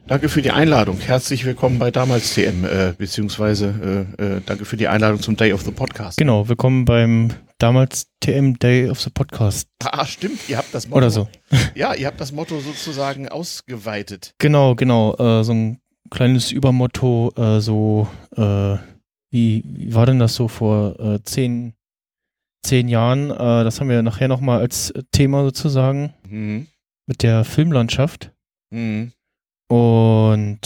Danke für die Einladung. Herzlich willkommen bei Damals TM, beziehungsweise danke für die Einladung zum Day of the Podcast. Genau, willkommen beim Damals TM Day of the Podcast. Ah, stimmt, ihr habt das Motto. Oder so. Ja, ihr habt das Motto sozusagen ausgeweitet. Genau, so ein kleines Übermotto, wie war denn das so vor 10 Jahren? Das haben wir nachher nochmal als Thema sozusagen mit der Filmlandschaft. Mhm. Und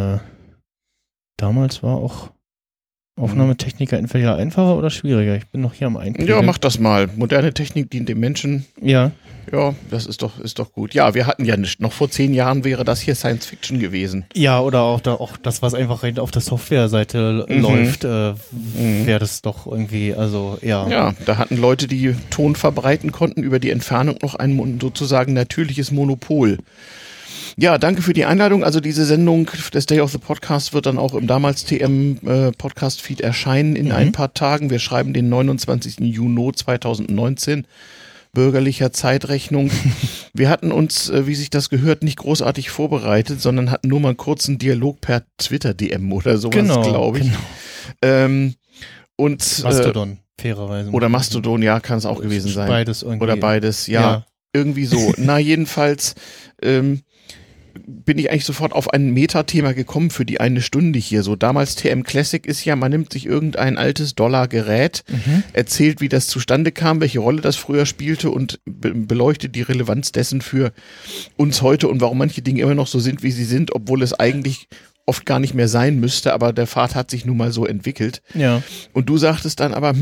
damals war auch Aufnahmetechniker entweder einfacher oder schwieriger. Ich bin noch hier am Einpegeln. Ja, mach das mal. Moderne Technik dient dem Menschen. Ja. Ja, das ist doch gut. Ja, wir hatten ja nicht. Noch vor 10 Jahren wäre das hier Science Fiction gewesen. Ja, oder auch das, was einfach auf der Softwareseite läuft, wäre das doch irgendwie, also ja. Ja, da hatten Leute, die Ton verbreiten konnten, über die Entfernung noch ein sozusagen natürliches Monopol. Ja, danke für die Einladung. Also diese Sendung des Day of the Podcast wird dann auch im damals TM Podcast Feed erscheinen in ein paar Tagen. Wir schreiben den 29. Juni 2019. Bürgerlicher Zeitrechnung. Wir hatten uns, wie sich das gehört, nicht großartig vorbereitet, sondern hatten nur mal einen kurzen Dialog per Twitter-DM oder sowas, glaube ich. Genau. Und Mastodon, fairerweise. Oder Mastodon, ja, kann es auch gewesen sein. Beides irgendwie. Oder beides, ja. Irgendwie so. Na, jedenfalls bin ich eigentlich sofort auf ein Metathema gekommen für die eine Stunde hier. So damals TM Classic ist ja, man nimmt sich irgendein altes Dollargerät, erzählt, wie das zustande kam, welche Rolle das früher spielte und beleuchtet die Relevanz dessen für uns heute und warum manche Dinge immer noch so sind, wie sie sind, obwohl es eigentlich oft gar nicht mehr sein müsste, aber der Pfad hat sich nun mal so entwickelt. Ja. Und du sagtest dann aber,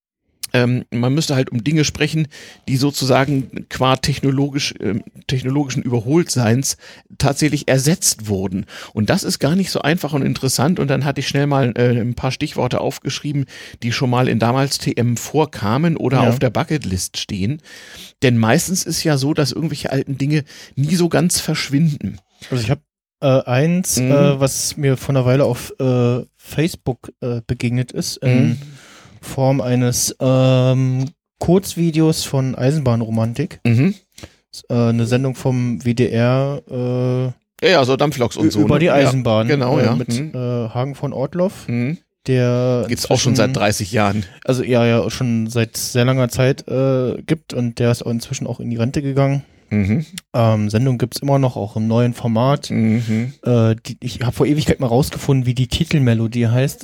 man müsste halt um Dinge sprechen, die sozusagen qua technologischen Überholtseins tatsächlich ersetzt wurden. Und das ist gar nicht so einfach und interessant. Und dann hatte ich schnell mal ein paar Stichworte aufgeschrieben, die schon mal in damals TM vorkamen oder auf der Bucketlist stehen. Denn meistens ist ja so, dass irgendwelche alten Dinge nie so ganz verschwinden. Also ich habe was mir vor einer Weile auf Facebook begegnet ist, in Form eines Kurzvideos von Eisenbahnromantik. Eine Sendung vom WDR. Ja, so Dampfloks und so. Über die Eisenbahn. Ja, genau, ja. Mit Hagen von Ortloff. Der gibt's auch schon seit 30 Jahren. Also ja, schon seit sehr langer Zeit gibt und der ist auch inzwischen auch in die Rente gegangen. Sendung gibt's immer noch, auch im neuen Format. Ich habe vor Ewigkeit mal rausgefunden, wie die Titelmelodie heißt.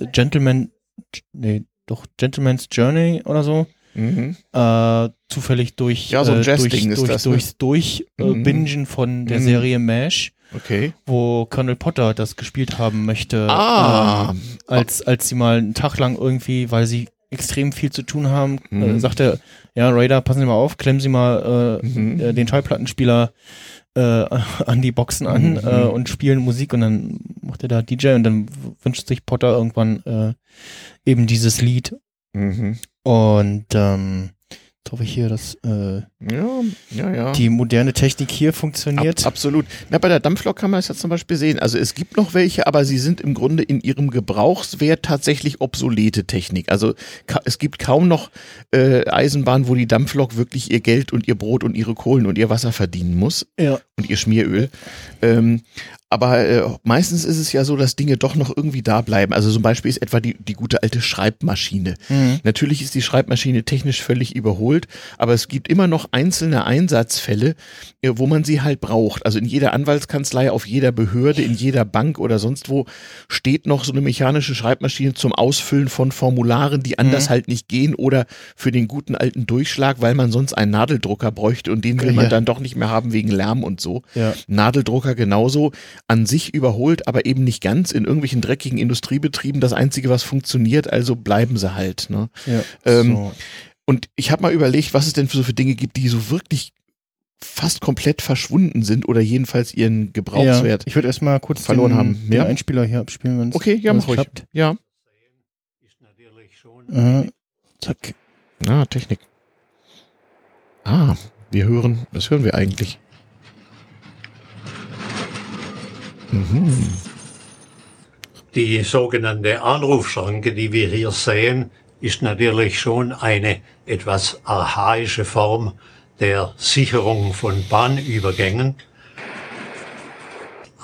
Gentleman's Journey oder so. Zufällig durch so ein Jazz-Ding ist das, durchs Durchbingen von der Serie MASH, wo Colonel Potter das gespielt haben möchte, als sie mal einen Tag lang irgendwie, weil sie extrem viel zu tun haben, sagt er, ja, Raider, passen Sie mal auf, klemmen Sie mal den Schallplattenspieler an die Boxen an und spielen Musik und dann macht er da DJ und dann wünscht sich Potter irgendwann eben dieses Lied. Und jetzt hoffe ich hier, dass die moderne Technik hier funktioniert. Absolut. Na, bei der Dampflok kann man es ja zum Beispiel sehen. Also es gibt noch welche, aber sie sind im Grunde in ihrem Gebrauchswert tatsächlich obsolete Technik. Also es gibt kaum noch Eisenbahnen, wo die Dampflok wirklich ihr Geld und ihr Brot und ihre Kohlen und ihr Wasser verdienen muss. Ja. Und ihr Schmieröl. Aber meistens ist es ja so, dass Dinge doch noch irgendwie da bleiben. Also zum Beispiel ist etwa die gute alte Schreibmaschine. Natürlich ist die Schreibmaschine technisch völlig überholt, aber es gibt immer noch einzelne Einsatzfälle, wo man sie halt braucht. Also in jeder Anwaltskanzlei, auf jeder Behörde, in jeder Bank oder sonst wo steht noch so eine mechanische Schreibmaschine zum Ausfüllen von Formularen, die anders halt nicht gehen oder für den guten alten Durchschlag, weil man sonst einen Nadeldrucker bräuchte und den will man dann doch nicht mehr haben wegen Lärm und so. Ja. Nadeldrucker genauso. An sich überholt, aber eben nicht ganz in irgendwelchen dreckigen Industriebetrieben das Einzige, was funktioniert, also bleiben sie halt. Ne? Ja, und ich habe mal überlegt, was es denn für Dinge gibt, die so wirklich fast komplett verschwunden sind oder jedenfalls ihren Gebrauchswert ich würde erstmal kurz verloren haben. Den Einspieler hier abspielen, wenn es okay, ja, mach ruhig. Ja. Zack. Technik. Was hören wir eigentlich? Die sogenannte Anrufschranke, die wir hier sehen, ist natürlich schon eine etwas archaische Form der Sicherung von Bahnübergängen.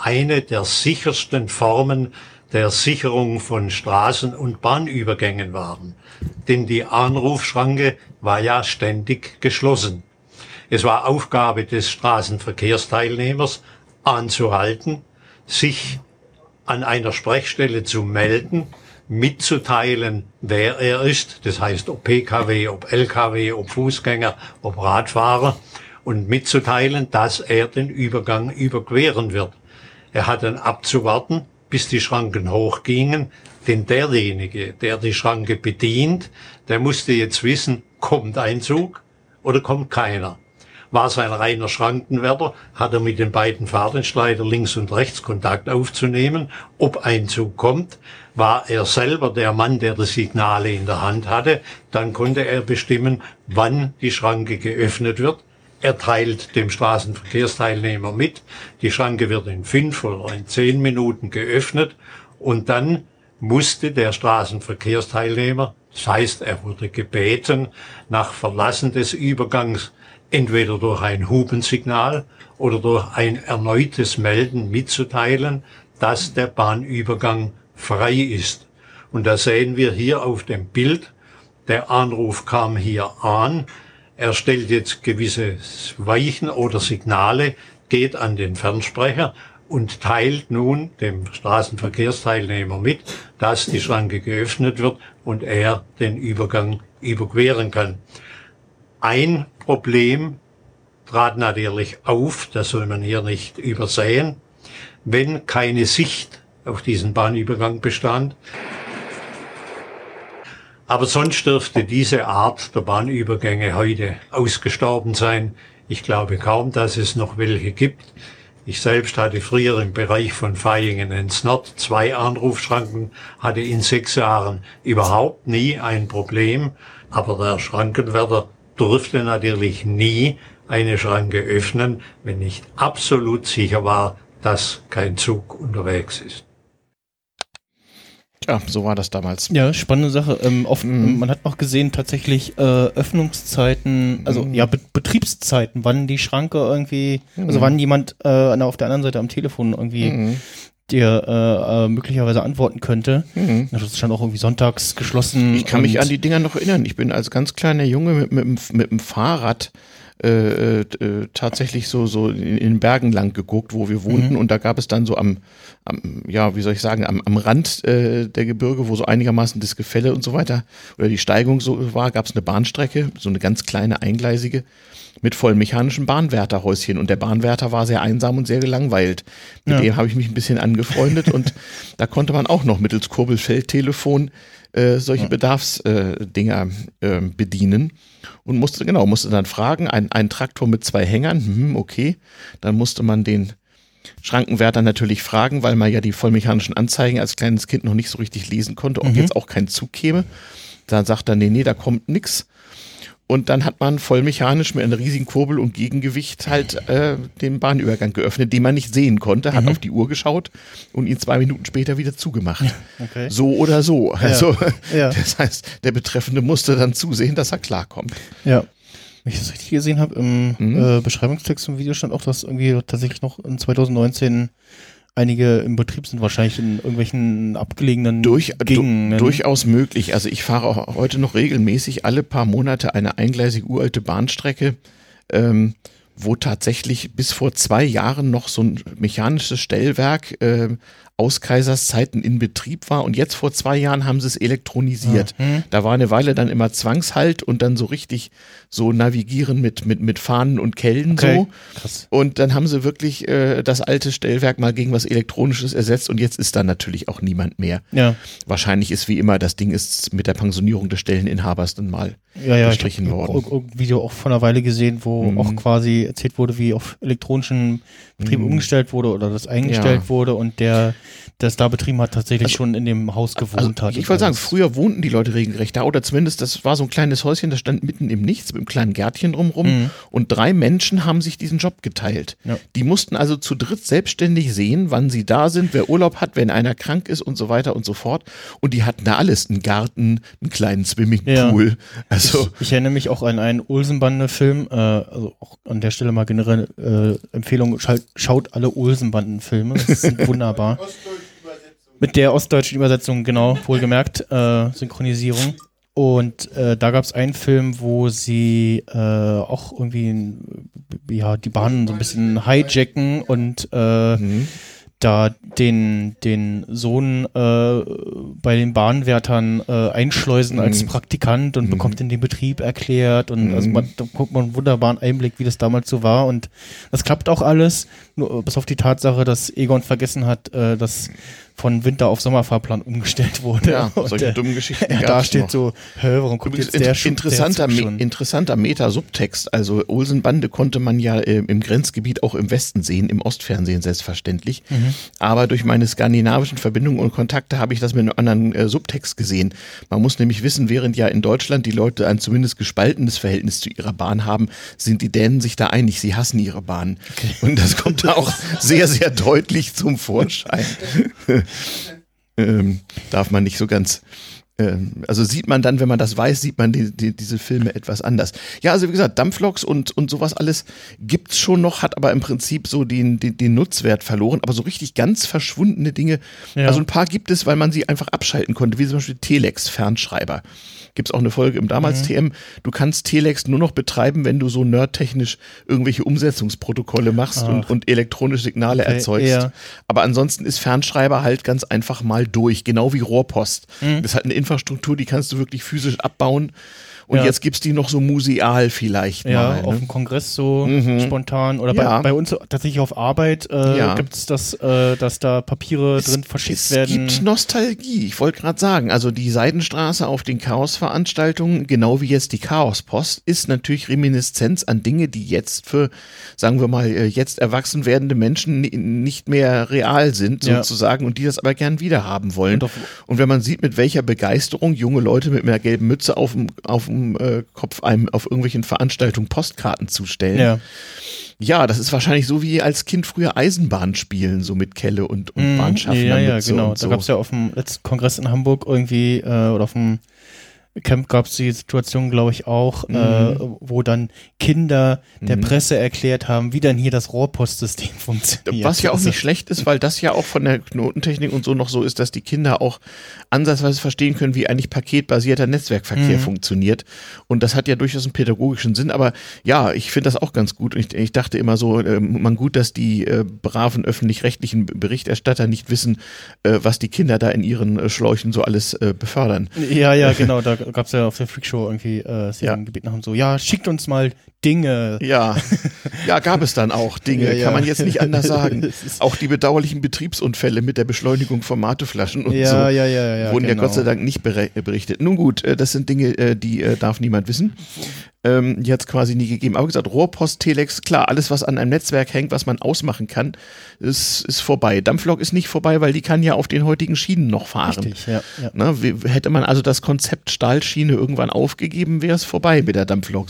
eine der sichersten Formen der Sicherung von Straßen- und Bahnübergängen waren. Denn die Anrufschranke war ja ständig geschlossen. Es war Aufgabe des Straßenverkehrsteilnehmers, anzuhalten, sich an einer Sprechstelle zu melden, mitzuteilen, wer er ist, das heißt ob PKW, ob LKW, ob Fußgänger, ob Radfahrer, und mitzuteilen, dass er den Übergang überqueren wird. Er hat dann abzuwarten, bis die Schranken hochgingen, denn derjenige, der die Schranke bedient, der musste jetzt wissen, kommt ein Zug oder kommt keiner. War es ein reiner Schrankenwärter, hat er mit den beiden Fahrdienstleitern links und rechts Kontakt aufzunehmen, ob ein Zug kommt. War er selber der Mann, der die Signale in der Hand hatte, dann konnte er bestimmen, wann die Schranke geöffnet wird. Er teilt dem Straßenverkehrsteilnehmer mit, die Schranke wird in 5 oder in 10 Minuten geöffnet und dann musste der Straßenverkehrsteilnehmer, das heißt, er wurde gebeten, nach Verlassen des Übergangs entweder durch ein Hupensignal oder durch ein erneutes Melden mitzuteilen, dass der Bahnübergang frei ist. Und da sehen wir hier auf dem Bild, der Anruf kam hier an, er stellt jetzt gewisse Weichen oder Signale, geht an den Fernsprecher und teilt nun dem Straßenverkehrsteilnehmer mit, dass die Schranke geöffnet wird und er den Übergang überqueren kann. Ein Problem trat natürlich auf, das soll man hier nicht übersehen, wenn keine Sicht auf diesen Bahnübergang bestand. Aber sonst dürfte diese Art der Bahnübergänge heute ausgestorben sein. Ich glaube kaum, dass es noch welche gibt. Ich selbst hatte früher im Bereich von Vaihingen-Enz-Nord 2 Anrufschranken, hatte in 6 Jahren überhaupt nie ein Problem. Aber der Schrankenwärter durfte natürlich nie eine Schranke öffnen, wenn nicht absolut sicher war, dass kein Zug unterwegs ist. Ja, so war das damals. Ja, spannende Sache. Man hat noch gesehen, tatsächlich Öffnungszeiten, also Betriebszeiten, wann die Schranke irgendwie, also wann jemand auf der anderen Seite am Telefon irgendwie dir möglicherweise antworten könnte. Das stand auch irgendwie sonntags geschlossen. Ich kann mich an die Dinger noch erinnern. Ich bin als ganz kleiner Junge mit dem Fahrrad tatsächlich so in den Bergen lang geguckt, wo wir wohnten, und da gab es dann so am Rand der Gebirge, wo so einigermaßen das Gefälle und so weiter oder die Steigung so war, gab es eine Bahnstrecke, so eine ganz kleine eingleisige mit voll mechanischen Bahnwärterhäuschen, und der Bahnwärter war sehr einsam und sehr gelangweilt. Mit dem habe ich mich ein bisschen angefreundet und da konnte man auch noch mittels Kurbelfeldtelefon solche Bedarfsdinger bedienen und musste dann fragen, ein Traktor mit 2 Hängern, okay, dann musste man den Schrankenwärter natürlich fragen, weil man ja die vollmechanischen Anzeigen als kleines Kind noch nicht so richtig lesen konnte, ob jetzt auch kein Zug käme. Dann sagt er, nee, da kommt nix. Und dann hat man vollmechanisch mit einer riesigen Kurbel und Gegengewicht halt den Bahnübergang geöffnet, den man nicht sehen konnte, hat auf die Uhr geschaut und ihn 2 Minuten später wieder zugemacht. Okay. So oder so. Also das heißt, der Betreffende musste dann zusehen, dass er klarkommt. Ja. Wenn ich das richtig gesehen habe, im Beschreibungstext im Video stand auch, dass irgendwie tatsächlich noch in 2019 einige im Betrieb sind, wahrscheinlich in irgendwelchen abgelegenen Gegenden. Durchaus möglich. Also ich fahre auch heute noch regelmäßig alle paar Monate eine eingleisige uralte Bahnstrecke, wo tatsächlich bis vor 2 Jahren noch so ein mechanisches Stellwerk aus Kaisers Zeiten in Betrieb war, und jetzt vor 2 Jahren haben sie es elektronisiert. Da war eine Weile dann immer Zwangshalt und dann so richtig so navigieren mit Fahnen und Kellen so. Krass. Und dann haben sie wirklich das alte Stellwerk mal gegen was Elektronisches ersetzt, und jetzt ist da natürlich auch niemand mehr. Ja. Wahrscheinlich ist wie immer, das Ding ist mit der Pensionierung des Stelleninhabers dann mal gestrichen worden. Ich habe ein Video auch vor einer Weile gesehen, wo auch quasi erzählt wurde, wie auf elektronischen Betrieb umgestellt wurde oder das eingestellt wurde, und der der es da betrieben hat, tatsächlich schon in dem Haus gewohnt hat. Ich wollte sagen, früher wohnten die Leute regelrecht da, oder zumindest, das war so ein kleines Häuschen, das stand mitten im Nichts mit einem kleinen Gärtchen drumherum und 3 Menschen haben sich diesen Job geteilt. Ja. Die mussten also zu dritt selbstständig sehen, wann sie da sind, wer Urlaub hat, wenn einer krank ist und so weiter und so fort. Und die hatten da alles, einen Garten, einen kleinen Swimmingpool. Ja. Also ich erinnere mich auch an einen Olsenbande-Film, also auch an der Stelle mal generell Empfehlung, schaut alle Olsenbanden-Filme, das ist wunderbar. Mit der ostdeutschen Übersetzung, genau, wohlgemerkt, Synchronisierung. Und da gab es einen Film, wo sie auch irgendwie die Bahnen so ein bisschen hijacken und da den Sohn bei den Bahnwärtern einschleusen als Praktikant und bekommt in den Betrieb erklärt und also da guckt man einen wunderbaren Einblick, wie das damals so war und das klappt auch alles, nur bis auf die Tatsache, dass Egon vergessen hat, dass von Winter- auf Sommerfahrplan umgestellt wurde. Ja, solche dummen Geschichten. Da steht noch so, warum kommt übrigens jetzt der interessanter Meta-Subtext. Also Olsenbande konnte man ja im Grenzgebiet auch im Westen sehen, im Ostfernsehen selbstverständlich. Aber durch meine skandinavischen Verbindungen und Kontakte habe ich das mit einem anderen Subtext gesehen. Man muss nämlich wissen, während ja in Deutschland die Leute ein zumindest gespaltenes Verhältnis zu ihrer Bahn haben, sind die Dänen sich da einig, sie hassen ihre Bahn. Okay. Und das kommt da auch sehr, sehr deutlich zum Vorschein. Darf man nicht so ganz, also sieht man dann, wenn man das weiß, sieht man diese Filme etwas anders. Ja, also wie gesagt, Dampfloks und sowas alles gibt's schon noch, hat aber im Prinzip so den Nutzwert verloren, aber so richtig ganz verschwundene Dinge, also ein paar gibt es, weil man sie einfach abschalten konnte, wie zum Beispiel Telex-Fernschreiber. Gibt's auch eine Folge im damals TM. Du kannst Telex nur noch betreiben, wenn du so nerdtechnisch irgendwelche Umsetzungsprotokolle machst und elektronische Signale erzeugst. Ja. Aber ansonsten ist Fernschreiber halt ganz einfach mal durch, genau wie Rohrpost. Das hat eine Infrastruktur, die kannst du wirklich physisch abbauen. Und jetzt gibt's die noch so museal vielleicht mal. Ja, auf dem Kongress so spontan. Oder bei uns tatsächlich auf Arbeit gibt's das, dass da Papiere drin verschickt werden. Es gibt Nostalgie, ich wollte gerade sagen. Also die Seidenstraße auf den Chaosveranstaltungen, genau wie jetzt die Chaospost, ist natürlich Reminiszenz an Dinge, die jetzt für, sagen wir mal, jetzt erwachsen werdende Menschen nicht mehr real sind, sozusagen, und die das aber gern wieder haben wollen. Und wenn man sieht, mit welcher Begeisterung junge Leute mit einer gelben Mütze auf dem Kopf einem auf irgendwelchen Veranstaltungen Postkarten zustellen. Ja, das ist wahrscheinlich so wie als Kind früher Eisenbahn spielen, so mit Kelle und Bahnschaffner. Ja, genau. Da gab es ja auf dem letzten Kongress in Hamburg irgendwie oder auf dem Camp gab es die Situation, glaube ich, auch, wo dann Kinder der Presse erklärt haben, wie dann hier das Rohrpostsystem funktioniert. Was ja auch nicht schlecht ist, weil das ja auch von der Knotentechnik und so noch so ist, dass die Kinder auch ansatzweise verstehen können, wie eigentlich paketbasierter Netzwerkverkehr funktioniert. Und das hat ja durchaus einen pädagogischen Sinn. Aber ja, ich finde das auch ganz gut. Und ich dachte immer so, gut, dass die braven öffentlich-rechtlichen Berichterstatter nicht wissen, was die Kinder da in ihren Schläuchen so alles befördern. Ja, genau. Da gab es ja auf der Freakshow irgendwie Serien gebeten haben, so, schickt uns mal Dinge. Ja, gab es dann auch Dinge, kann man jetzt nicht anders sagen. Auch die bedauerlichen Betriebsunfälle mit der Beschleunigung von Mateflaschen und so wurden ja Gott sei Dank nicht berichtet. Nun gut, das sind Dinge, die darf niemand wissen. Die hat es quasi nie gegeben. Aber gesagt, Rohrpost, Telex, klar, alles, was an einem Netzwerk hängt, was man ausmachen kann, ist vorbei. Dampflok ist nicht vorbei, weil die kann ja auf den heutigen Schienen noch fahren. Richtig, ja. Na, hätte man also das Konzept Stahlschiene irgendwann aufgegeben, wäre es vorbei mit der Dampflok.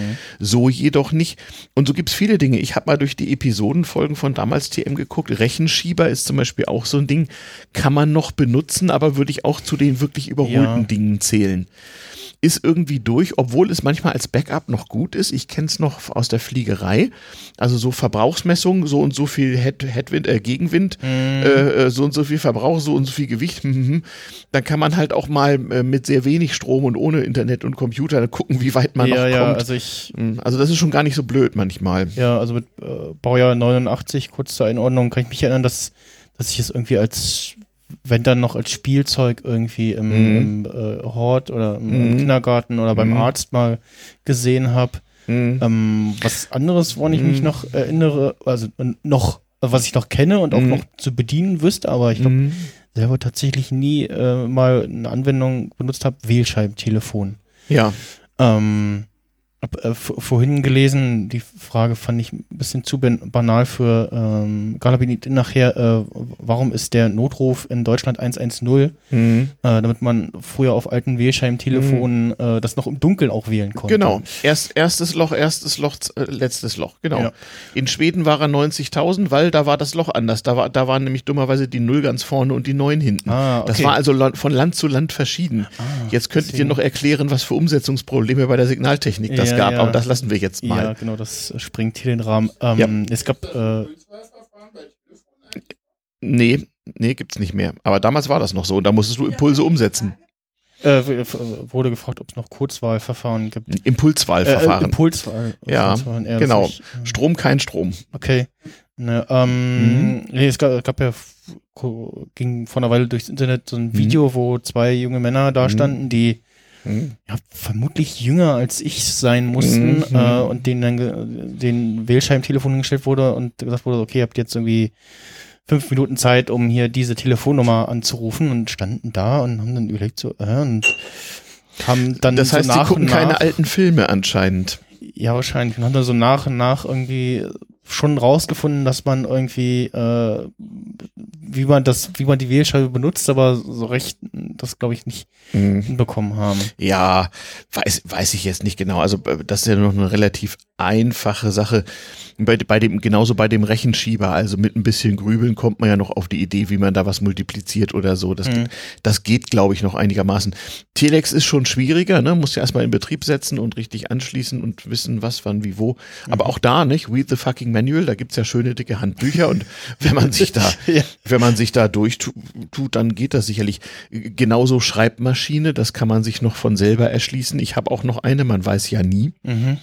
So jedoch nicht. Und so gibt es viele Dinge. Ich habe mal durch die Episodenfolgen von damals TM geguckt. Rechenschieber ist zum Beispiel auch so ein Ding. Kann man noch benutzen, aber würde ich auch zu den wirklich überholten Dingen zählen. Ist irgendwie durch, obwohl es manchmal als Backup noch gut ist. Ich kenne es noch aus der Fliegerei. Also so Verbrauchsmessungen, so und so viel Gegenwind, so und so viel Verbrauch, so und so viel Gewicht. Dann kann man halt auch mal mit sehr wenig Strom und ohne Internet und Computer gucken, wie weit man noch kommt. Also das ist schon gar nicht so blöd manchmal. Ja, also mit Baujahr 89, kurz zur Einordnung, kann ich mich erinnern, dass ich es irgendwie wenn dann noch als Spielzeug irgendwie im Hort oder im Kindergarten oder beim Arzt mal gesehen habe. Was anderes, woran ich mich noch erinnere, also was ich noch kenne und auch noch zu bedienen wüsste, aber ich glaube, selber tatsächlich nie mal eine Anwendung benutzt habe, Wählscheibentelefon. Ja. Vorhin gelesen, die Frage fand ich ein bisschen zu banal für Galabinit nachher, warum ist der Notruf in Deutschland 110, damit man früher auf alten Wählscheiben-Telefonen das noch im Dunkeln auch wählen konnte. Genau, erstes Loch, letztes Loch, genau. Ja. In Schweden war er 90.000, weil da war das Loch anders, da waren nämlich dummerweise die 0 ganz vorne und die 9 hinten. Okay. Das war also von Land zu Land verschieden. Jetzt könntet ihr noch erklären, was für Umsetzungsprobleme bei der Signaltechnik das gab, aber das lassen wir jetzt mal. Ja, genau, das springt hier den Rahmen. Es gab Nee, gibt's nicht mehr. Aber damals war das noch so und da musstest du Impulse umsetzen. Wurde gefragt, ob es noch Kurzwahlverfahren gibt. Impulswahlverfahren. Impulswahl. Ja, genau. Strom, kein Strom. Okay. Es gab ja, ging vor einer Weile durchs Internet so ein Video, wo 2 junge Männer da standen, die vermutlich jünger als ich sein mussten und denen dann den Wählscheibentelefon gestellt wurde und gesagt wurde, okay, ihr habt jetzt irgendwie 5 Minuten Zeit, um hier diese Telefonnummer anzurufen und standen da und haben dann überlegt und haben dann das heißt, so nach die gucken keine alten Filme anscheinend. Ja, wahrscheinlich. Und haben dann so nach und nach irgendwie schon rausgefunden, dass man irgendwie, wie man die Wählscheibe benutzt, aber so recht das, glaube ich, nicht hinbekommen haben. Ja, weiß ich jetzt nicht genau. Also das ist ja noch eine relativ einfache Sache. Genauso bei dem Rechenschieber, also mit ein bisschen Grübeln kommt man ja noch auf die Idee, wie man da was multipliziert oder so. Das geht, glaube ich, noch einigermaßen. Telex ist schon schwieriger, ne? Muss ja erstmal in Betrieb setzen und richtig anschließen und wissen, was, wann, wie, wo. Aber auch da, nicht? Read the fucking manual, da gibt's ja schöne dicke Handbücher und wenn man sich da durchtut, dann geht das sicherlich. Genauso Schreibmaschine, das kann man sich noch von selber erschließen. Ich habe auch noch eine, man weiß ja nie.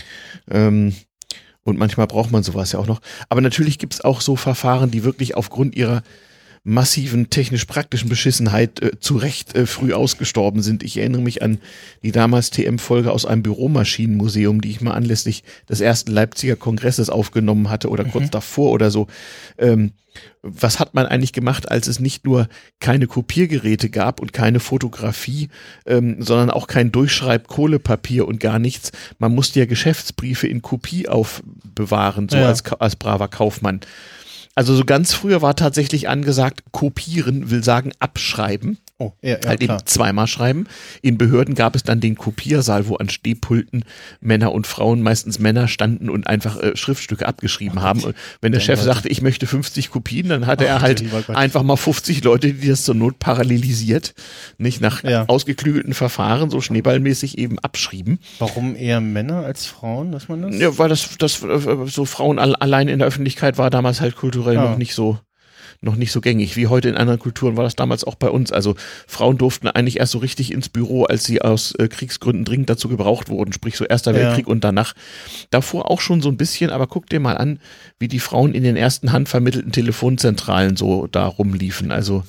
Und manchmal braucht man sowas ja auch noch. Aber natürlich gibt's auch so Verfahren, die wirklich aufgrund ihrer massiven technisch-praktischen Beschissenheit zu Recht früh ausgestorben sind. Ich erinnere mich an die damals TM-Folge aus einem Büromaschinenmuseum, die ich mal anlässlich des ersten Leipziger Kongresses aufgenommen hatte oder kurz davor oder so. Was hat man eigentlich gemacht, als es nicht nur keine Kopiergeräte gab und keine Fotografie, sondern auch kein Durchschreib-Kohlepapier und gar nichts. Man musste ja Geschäftsbriefe in Kopie aufbewahren, so als braver Kaufmann. Also so ganz früher war tatsächlich angesagt, kopieren will sagen abschreiben. Oh, ja, halt eben zweimal schreiben. In Behörden gab es dann den Kopiersaal, wo an Stehpulten Männer und Frauen, meistens Männer, standen und einfach Schriftstücke abgeschrieben haben. Und wenn der Chef sagte, ich möchte 50 Kopien, dann hatte er halt einfach mal 50 Leute, die das zur Not parallelisiert, nicht nach ausgeklügelten Verfahren, so schneeballmäßig eben abschrieben. Warum eher Männer als Frauen, dass man das? Ja, weil das so Frauen allein in der Öffentlichkeit war damals halt kulturell noch nicht so gängig. Wie heute in anderen Kulturen war das damals auch bei uns. Also Frauen durften eigentlich erst so richtig ins Büro, als sie aus Kriegsgründen dringend dazu gebraucht wurden, sprich so Erster Weltkrieg und danach. Davor auch schon so ein bisschen, aber guck dir mal an, wie die Frauen in den ersten handvermittelten Telefonzentralen so da rumliefen. Also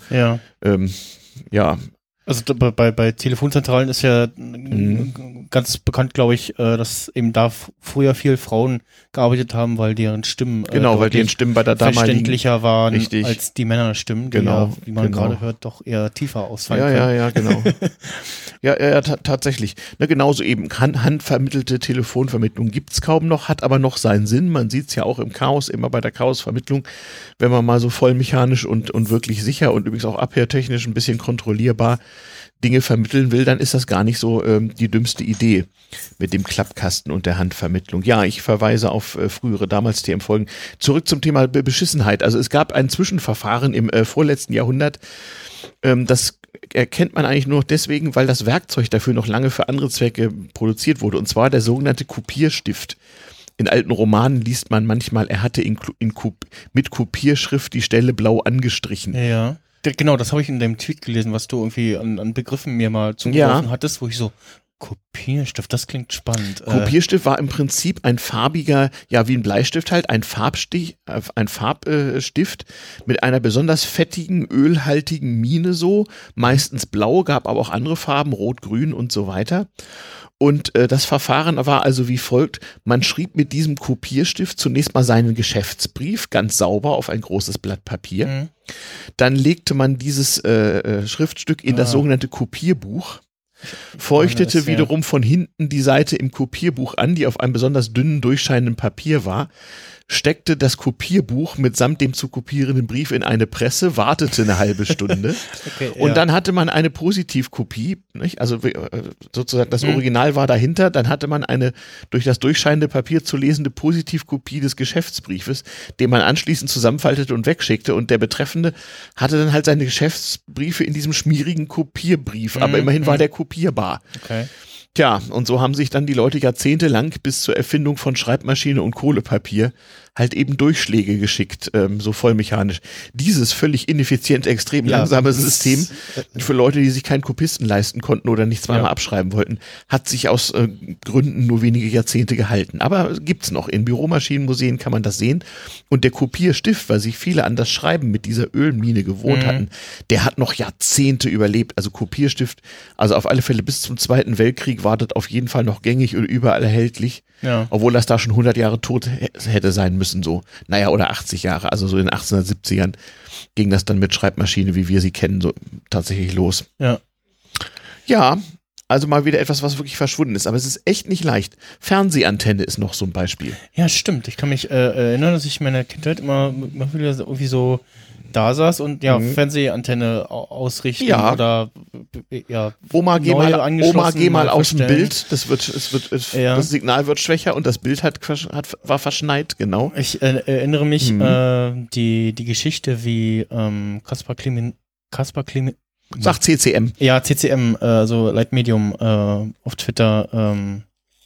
Also bei Telefonzentralen ist ja ganz bekannt, glaube ich, dass eben da früher viel Frauen gearbeitet haben, weil deren Stimmen bei deren Stimmen bei der damaligen verständlicher waren als die Männerstimmen, die wie man gerade hört, doch eher tiefer ausfallen können. Ja, genau. Tatsächlich. Genauso eben handvermittelte Telefonvermittlung gibt's kaum noch, hat aber noch seinen Sinn. Man sieht's ja auch im Chaos, immer bei der Chaosvermittlung, wenn man mal so voll mechanisch und wirklich sicher und übrigens auch abhörtechnisch ein bisschen kontrollierbar Dinge vermitteln will, dann ist das gar nicht so die dümmste Idee mit dem Klappkasten und der Handvermittlung. Ja, ich verweise auf frühere, damals TM-Folgen. Zurück zum Thema Beschissenheit. Also es gab ein Zwischenverfahren im vorletzten Jahrhundert, das erkennt man eigentlich nur noch deswegen, weil das Werkzeug dafür noch lange für andere Zwecke produziert wurde, und zwar der sogenannte Kopierstift. In alten Romanen liest man manchmal, er hatte mit Kopierschrift die Stelle blau angestrichen. Ja. Genau, das habe ich in deinem Tweet gelesen, was du irgendwie an Begriffen mir mal zugeworfen hattest, wo ich so, Kopierstift, das klingt spannend. Kopierstift war im Prinzip ein farbiger, wie ein Bleistift halt, ein Farbstift mit einer besonders fettigen, ölhaltigen Mine so, meistens blau, gab aber auch andere Farben, rot, grün und so weiter. Und das Verfahren war also wie folgt: Man schrieb mit diesem Kopierstift zunächst mal seinen Geschäftsbrief ganz sauber auf ein großes Blatt Papier. Dann legte man dieses Schriftstück in das sogenannte Kopierbuch. feuchtete wiederum von hinten die Seite im Kopierbuch an, die auf einem besonders dünnen, durchscheinenden Papier war, steckte das Kopierbuch mitsamt dem zu kopierenden Brief in eine Presse, wartete eine halbe Stunde und dann hatte man eine Positivkopie, nicht? Also sozusagen das Original war dahinter, dann hatte man eine durch das durchscheinende Papier zu lesende Positivkopie des Geschäftsbriefes, den man anschließend zusammenfaltete und wegschickte und der Betreffende hatte dann halt seine Geschäftsbriefe in diesem schmierigen Kopierbrief, aber immerhin war der kopierbar. Okay. Tja, und so haben sich dann die Leute jahrzehntelang bis zur Erfindung von Schreibmaschine und Kohlepapier halt eben Durchschläge geschickt, so vollmechanisch. Dieses völlig ineffizient, extrem langsame System für Leute, die sich keinen Kopisten leisten konnten oder nicht zweimal abschreiben wollten, hat sich aus Gründen nur wenige Jahrzehnte gehalten. Aber gibt's noch. In Büromaschinenmuseen kann man das sehen. Und der Kopierstift, weil sich viele an das Schreiben mit dieser Ölmine gewohnt hatten, der hat noch Jahrzehnte überlebt. Also Kopierstift, also auf alle Fälle bis zum Zweiten Weltkrieg war das auf jeden Fall noch gängig und überall erhältlich. Ja. Obwohl das da schon 100 Jahre tot hätte sein müssen, so. Naja, oder 80 Jahre. Also so in den 1870ern ging das dann mit Schreibmaschine, wie wir sie kennen, so tatsächlich los. Ja. Ja, also mal wieder etwas, was wirklich verschwunden ist. Aber es ist echt nicht leicht. Fernsehantenne ist noch so ein Beispiel. Ja, stimmt. Ich kann mich erinnern, dass ich in meiner Kindheit immer wieder irgendwie so da saß und Fernsehantenne ausrichten oder Oma, geh mal aus dem Bild. Das Signal wird schwächer und das Bild war verschneit, genau. Ich erinnere mich die Geschichte, wie Kaspar Clement Sag CCM. Ja, CCM, so Light Medium auf Twitter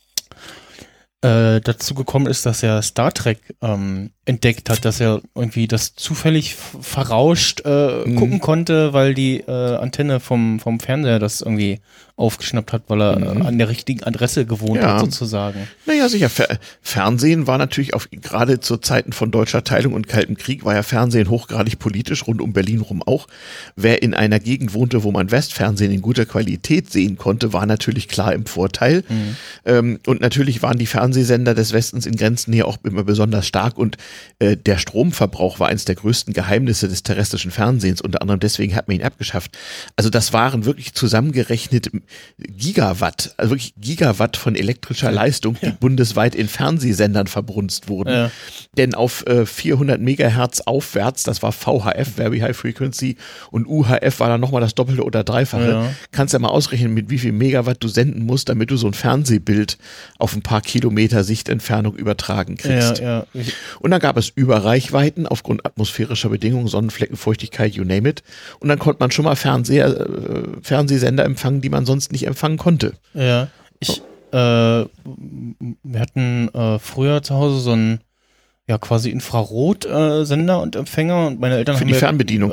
dazu gekommen ist, dass er Star Trek entdeckt hat, dass er irgendwie das zufällig verrauscht gucken konnte, weil die Antenne vom Fernseher das irgendwie aufgeschnappt hat, weil er an der richtigen Adresse gewohnt hat, sozusagen. Naja, sicher. Fernsehen war natürlich gerade zu Zeiten von deutscher Teilung und Kalten Krieg war ja Fernsehen hochgradig politisch, rund um Berlin rum auch. Wer in einer Gegend wohnte, wo man Westfernsehen in guter Qualität sehen konnte, war natürlich klar im Vorteil. Und natürlich waren die Fernsehsender des Westens in Grenznähe auch immer besonders stark und der Stromverbrauch war eines der größten Geheimnisse des terrestrischen Fernsehens, unter anderem deswegen hat man ihn abgeschafft. Also das waren wirklich zusammengerechnet Gigawatt, also wirklich Gigawatt von elektrischer Leistung, die bundesweit in Fernsehsendern verbrunst wurden. Ja. Denn auf 400 Megahertz aufwärts, das war VHF, Very High Frequency, und UHF war dann nochmal das Doppelte oder Dreifache. Kannst ja mal ausrechnen, mit wie viel Megawatt du senden musst, damit du so ein Fernsehbild auf ein paar Kilometer Sichtentfernung übertragen kriegst. Und dann gab es Überreichweiten aufgrund atmosphärischer Bedingungen, Sonnenflecken, Feuchtigkeit, you name it. Und dann konnte man schon mal Fernsehsender empfangen, die man sonst nicht empfangen konnte. Ja, wir hatten früher zu Hause so einen quasi Infrarot-Sender und Empfänger und meine Eltern haben die Fernbedienung?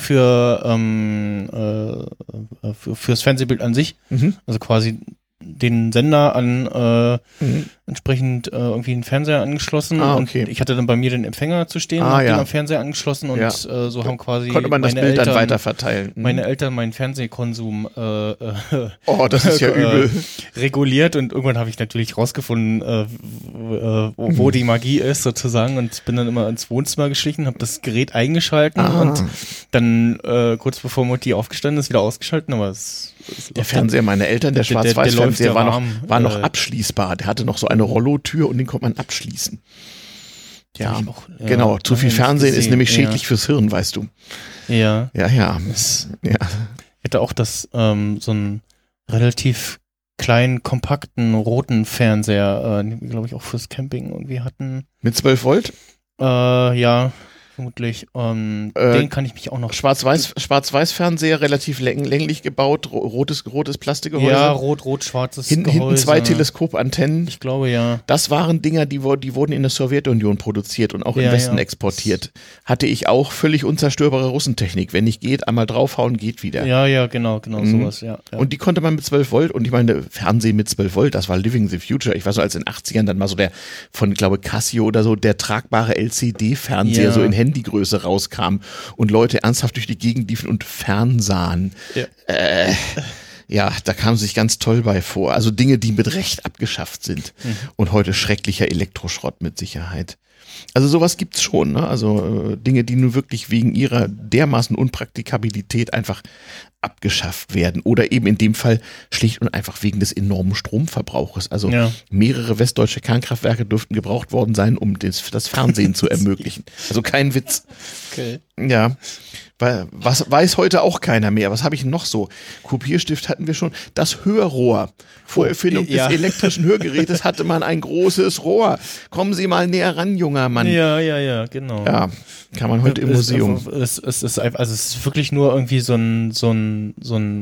Fürs Fernsehbild an sich. Also quasi den Sender an entsprechend irgendwie einen Fernseher angeschlossen und ich hatte dann bei mir den Empfänger zu stehen und den am Fernseher angeschlossen und so haben quasi konnte man das Bild dann weiter verteilen. Meine Eltern meinen Fernsehkonsum das ist ja übel. Reguliert und irgendwann habe ich natürlich rausgefunden, wo die Magie ist sozusagen und bin dann immer ins Wohnzimmer geschlichen, habe das Gerät eingeschalten und dann kurz bevor Mutti aufgestanden ist, wieder ausgeschalten, aber der Fernseher meiner Eltern, der Schwarz-Weiß-Fernseher war noch abschließbar. Der hatte noch so eine Rollotür und den konnte man abschließen. Ja, genau. Zu viel Fernsehen ist nämlich schädlich fürs Hirn, weißt du. Ja. Ja. Ich hatte auch so einen relativ kleinen, kompakten, roten Fernseher, den wir, glaube ich, auch fürs Camping irgendwie hatten. Mit 12 Volt? Ja. Vermutlich. Den kann ich mich auch noch... Schwarz-Weiß-Fernseher, relativ länglich gebaut, rotes Plastikgehäuse. Ja, rot-schwarzes Gehäuse. Hinten 2 Teleskopantennen. Ich glaube, ja. Das waren Dinger, die wurden in der Sowjetunion produziert und auch im Westen exportiert. Hatte ich auch völlig unzerstörbare Russentechnik. Wenn nicht geht, einmal draufhauen, geht wieder. Ja, genau, sowas, ja. Und die konnte man mit 12 Volt und ich meine, Fernsehen mit 12 Volt, das war Living the Future. Ich weiß so, als in den 80ern dann mal so der von, glaube Casio oder so, der tragbare LCD-Fernseher so in Handygröße rauskam und Leute ernsthaft durch die Gegend liefen und fernsahen. Ja, da kam sich ganz toll bei vor. Also Dinge, die mit Recht abgeschafft sind. Und heute schrecklicher Elektroschrott mit Sicherheit. Also sowas gibt's schon, ne? Also Dinge, die nun wirklich wegen ihrer dermaßen Unpraktikabilität einfach abgeschafft werden oder eben in dem Fall schlicht und einfach wegen des enormen Stromverbrauches. Also mehrere westdeutsche Kernkraftwerke dürften gebraucht worden sein, um das Fernsehen zu ermöglichen. Also kein Witz. Okay. Ja. Was weiß heute auch keiner mehr. Was habe ich noch so? Kopierstift hatten wir schon. Das Hörrohr. Vor Erfindung des elektrischen Hörgerätes hatte man ein großes Rohr. Kommen Sie mal näher ran, junger Mann. Ja, genau. Ja, kann man heute im Museum. Es ist wirklich nur irgendwie so ein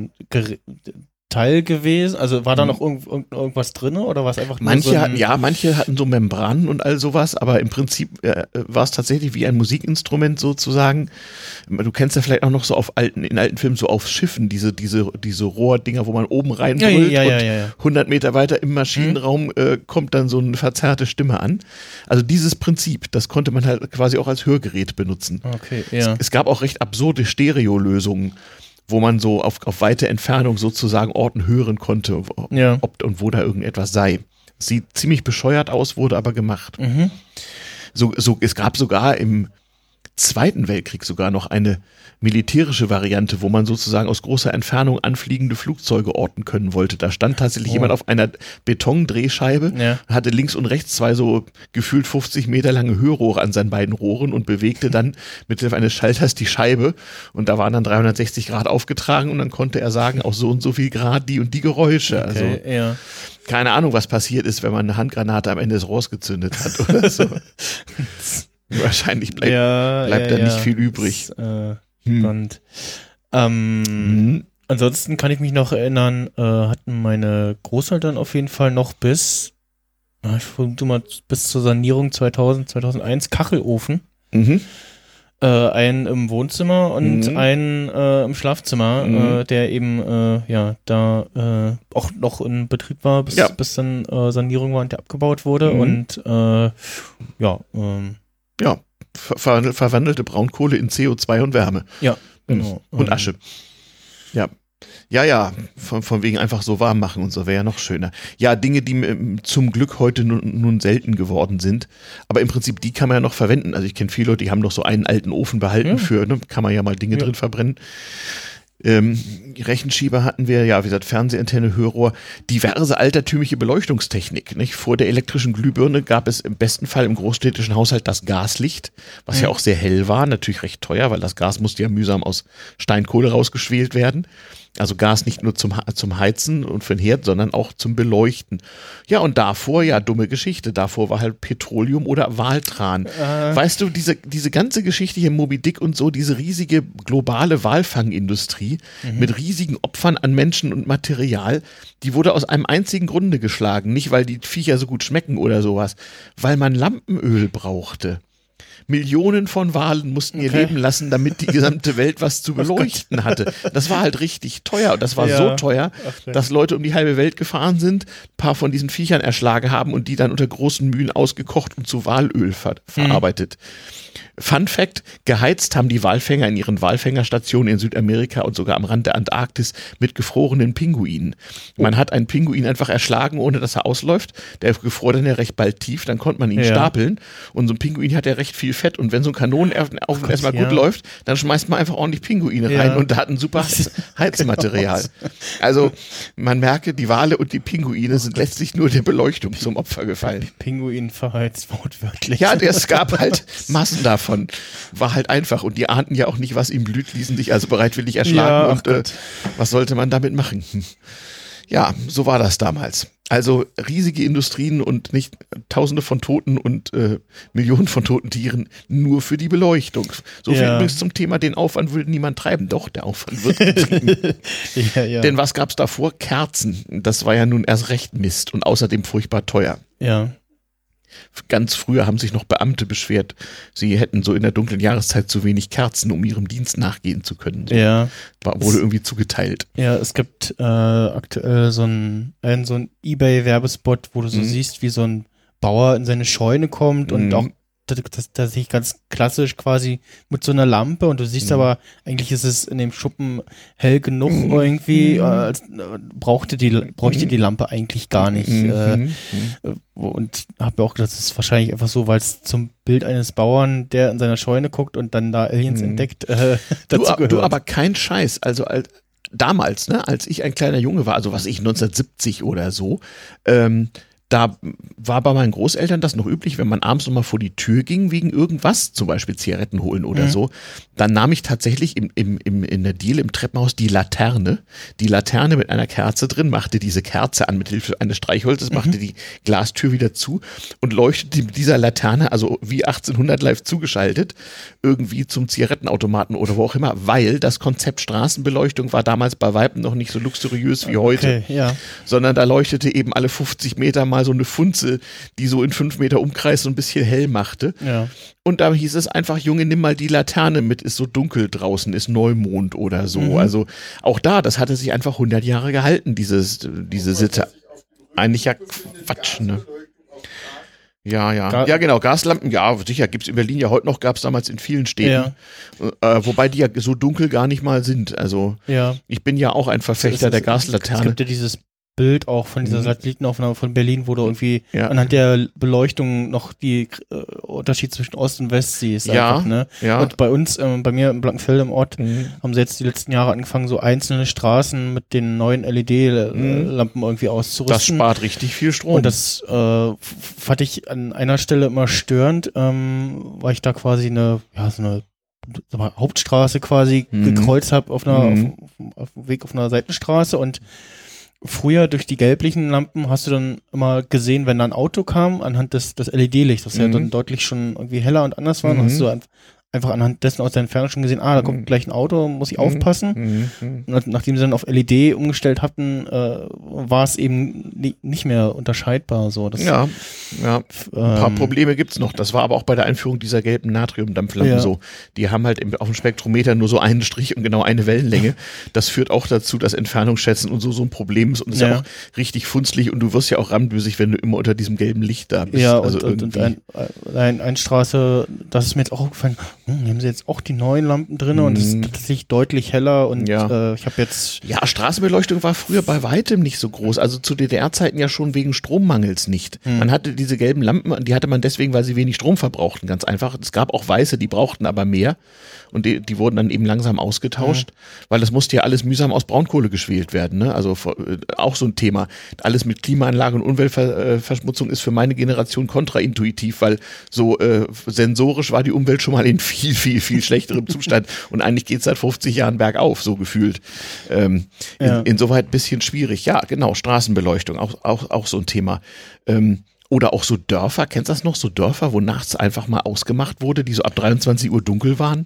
Teil gewesen? Also war da noch irgendwas drin oder war es einfach nur manche hatten so Membranen und all sowas, aber im Prinzip war es tatsächlich wie ein Musikinstrument sozusagen. Du kennst ja vielleicht auch noch so in alten Filmen so auf Schiffen diese Rohrdinger, wo man oben reinbrüllt und 100 Meter weiter im Maschinenraum kommt dann so eine verzerrte Stimme an. Also dieses Prinzip, das konnte man halt quasi auch als Hörgerät benutzen. Okay, ja. Es gab auch recht absurde Stereolösungen, wo man so auf weite Entfernung sozusagen Orten hören konnte, ob und wo da irgendetwas sei. Sieht ziemlich bescheuert aus, wurde aber gemacht. Mhm. Es gab sogar im Zweiten Weltkrieg sogar noch eine militärische Variante, wo man sozusagen aus großer Entfernung anfliegende Flugzeuge orten können wollte. Da stand tatsächlich jemand auf einer Betondrehscheibe, hatte links und rechts zwei so gefühlt 50 Meter lange Hörrohre an seinen beiden Rohren und bewegte dann mithilfe eines Schalters die Scheibe und da waren dann 360 Grad aufgetragen und dann konnte er sagen, aus so und so viel Grad die und die Geräusche. Okay, also keine Ahnung, was passiert ist, wenn man eine Handgranate am Ende des Rohrs gezündet hat oder so. Wahrscheinlich bleibt da nicht viel übrig. Spannend. Ansonsten kann ich mich noch erinnern, hatten meine Großeltern auf jeden Fall noch bis zur Sanierung 2001 Kachelofen. Einen im Wohnzimmer und einen im Schlafzimmer, der eben da auch noch in Betrieb war, bis dann Sanierung war und der abgebaut wurde. Und verwandelte Braunkohle in CO2 und Wärme. Ja, genau. Und Asche. Ja, von wegen einfach so warm machen und so wäre ja noch schöner. Ja, Dinge, die zum Glück heute nun selten geworden sind, aber im Prinzip, die kann man ja noch verwenden. Also ich kenne viele Leute, die haben noch so einen alten Ofen behalten kann man ja mal Dinge drin verbrennen. Rechenschieber hatten wir, wie gesagt, Fernsehantenne, Hörrohr, diverse altertümliche Beleuchtungstechnik. Nicht? Vor der elektrischen Glühbirne gab es im besten Fall im großstädtischen Haushalt das Gaslicht, was ja auch sehr hell war, natürlich recht teuer, weil das Gas musste ja mühsam aus Steinkohle rausgeschwelt werden. Also Gas nicht nur zum Heizen und für den Herd, sondern auch zum Beleuchten. Ja, und davor, dumme Geschichte, davor war halt Petroleum oder Waltran. Weißt du, diese ganze Geschichte hier, Moby Dick und so, diese riesige globale Walfangindustrie mit riesigen Opfern an Menschen und Material, die wurde aus einem einzigen Grunde geschlagen. Nicht, weil die Viecher so gut schmecken oder sowas, weil man Lampenöl brauchte. Millionen von Walen mussten ihr Leben lassen, damit die gesamte Welt was zu beleuchten hatte. Das war halt richtig teuer. Und das war so teuer, dass Leute um die halbe Welt gefahren sind, ein paar von diesen Viechern erschlagen haben und die dann unter großen Mühen ausgekocht und zu Walöl verarbeitet. Fun Fact, geheizt haben die Walfänger in ihren Walfängerstationen in Südamerika und sogar am Rand der Antarktis mit gefrorenen Pinguinen. Man hat einen Pinguin einfach erschlagen, ohne dass er ausläuft. Der gefror dann ja recht bald tief, dann konnte man ihn stapeln. Und so ein Pinguin hat ja recht viel Fett. Und wenn so ein Kanonenaufwand erstmal gut läuft, dann schmeißt man einfach ordentlich Pinguine rein und da hat ein super Heizmaterial. Also man merke, die Wale und die Pinguine sind letztlich nur der Beleuchtung zum Opfer gefallen. Pinguin verheizt, wortwörtlich. Ja, es gab halt Massen davon. War halt einfach. Und die ahnten ja auch nicht, was ihm blüht, ließen sich also bereitwillig erschlagen. Was sollte man damit machen? Ja, so war das damals. Also riesige Industrien und nicht Tausende von Toten und Millionen von toten Tieren nur für die Beleuchtung. So viel übrigens zum Thema, den Aufwand würde niemand treiben. Doch, der Aufwand wird getrieben. Denn was gab's davor? Kerzen. Das war ja nun erst recht Mist und außerdem furchtbar teuer. Ja. Ganz früher haben sich noch Beamte beschwert, sie hätten so in der dunklen Jahreszeit zu wenig Kerzen, um ihrem Dienst nachgehen zu können. So. Wurde irgendwie zugeteilt. Ja, es gibt aktuell so ein eBay-Werbespot, wo du so siehst, wie so ein Bauer in seine Scheune kommt und auch tatsächlich ganz klassisch quasi mit so einer Lampe und du siehst aber, eigentlich ist es in dem Schuppen hell genug irgendwie, bräuchte die Lampe eigentlich gar nicht. Und habe auch gedacht, das ist wahrscheinlich einfach so, weil es zum Bild eines Bauern, der in seiner Scheune guckt und dann da Aliens entdeckt, dazu gehört. Du, aber kein Scheiß, also damals, ne, als ich ein kleiner Junge war, also was ich 1970 oder so, da war bei meinen Großeltern das noch üblich, wenn man abends nochmal vor die Tür ging wegen irgendwas, zum Beispiel Zigaretten holen oder so, dann nahm ich tatsächlich in der Diele im Treppenhaus die Laterne mit einer Kerze drin, machte diese Kerze an mit Hilfe eines Streichholzes, machte die Glastür wieder zu und leuchtete mit dieser Laterne, also wie 1800 live zugeschaltet, irgendwie zum Zigarettenautomaten oder wo auch immer, weil das Konzept Straßenbeleuchtung war damals bei Weitem noch nicht so luxuriös wie heute, sondern da leuchtete eben alle 50 Meter mal so eine Funzel, die so in 5 Meter Umkreis so ein bisschen hell machte. Ja. Und da hieß es einfach, Junge, nimm mal die Laterne mit, ist so dunkel draußen, ist Neumond oder so. Also auch das hatte sich einfach 100 Jahre gehalten, diese Sitte. Eigentlich ja Quatsch, ne? Ja, genau, Gaslampen, ja, sicher, gibt's in Berlin ja heute noch, gab's damals in vielen Städten, wobei die ja so dunkel gar nicht mal sind, also ich bin ja auch ein Verfechter der Gaslaterne. Es gibt ja dieses Bild auch von dieser Satellitenaufnahme von Berlin, wo du irgendwie anhand der Beleuchtung noch die Unterschied zwischen Ost und West siehst. Einfach, ne? Und bei uns, bei mir in Blankenfelde im Ort, haben sie jetzt die letzten Jahre angefangen, so einzelne Straßen mit den neuen LED-Lampen irgendwie auszurüsten. Das spart richtig viel Strom. Und das fand ich an einer Stelle immer störend, weil ich da quasi so eine Hauptstraße quasi gekreuzt habe auf dem Weg auf einer Seitenstraße und früher durch die gelblichen Lampen hast du dann immer gesehen, wenn da ein Auto kam, anhand des LED-Lichts, das ja dann deutlich schon irgendwie heller und anders war, hast du einfach anhand dessen aus der Entfernung schon gesehen, da kommt gleich ein Auto, muss ich aufpassen. Und nachdem sie dann auf LED umgestellt hatten, war es eben nicht mehr unterscheidbar. So. Das, ein paar Probleme gibt's noch. Das war aber auch bei der Einführung dieser gelben Natriumdampflampen so. Die haben halt auf dem Spektrometer nur so einen Strich und genau eine Wellenlänge. Das führt auch dazu, dass Entfernungsschätzen und so ein Problem ist und ist ja auch richtig funzlig und du wirst ja auch rambösig, wenn du immer unter diesem gelben Licht da bist. Ja, also und eine Straße, das ist mir jetzt auch aufgefallen, haben sie jetzt auch die neuen Lampen drin und es ist tatsächlich deutlich heller und ich habe jetzt... Ja, Straßenbeleuchtung war früher bei weitem nicht so groß, also zu DDR-Zeiten ja schon wegen Strommangels nicht. Man hatte diese gelben Lampen, die hatte man deswegen, weil sie wenig Strom verbrauchten, ganz einfach. Es gab auch weiße, die brauchten aber mehr und die wurden dann eben langsam ausgetauscht, weil das musste ja alles mühsam aus Braunkohle geschwelt werden, ne? Also auch so ein Thema. Alles mit Klimaanlage und Umweltverschmutzung ist für meine Generation kontraintuitiv, weil so sensorisch war die Umwelt schon mal in viel, viel, viel schlechterem Zustand und eigentlich geht es seit 50 Jahren bergauf, so gefühlt. Insoweit ein bisschen schwierig. Ja, genau, Straßenbeleuchtung, auch so ein Thema. Oder auch so Dörfer, kennst du das noch? So Dörfer, wo nachts einfach mal ausgemacht wurde, die so ab 23 Uhr dunkel waren?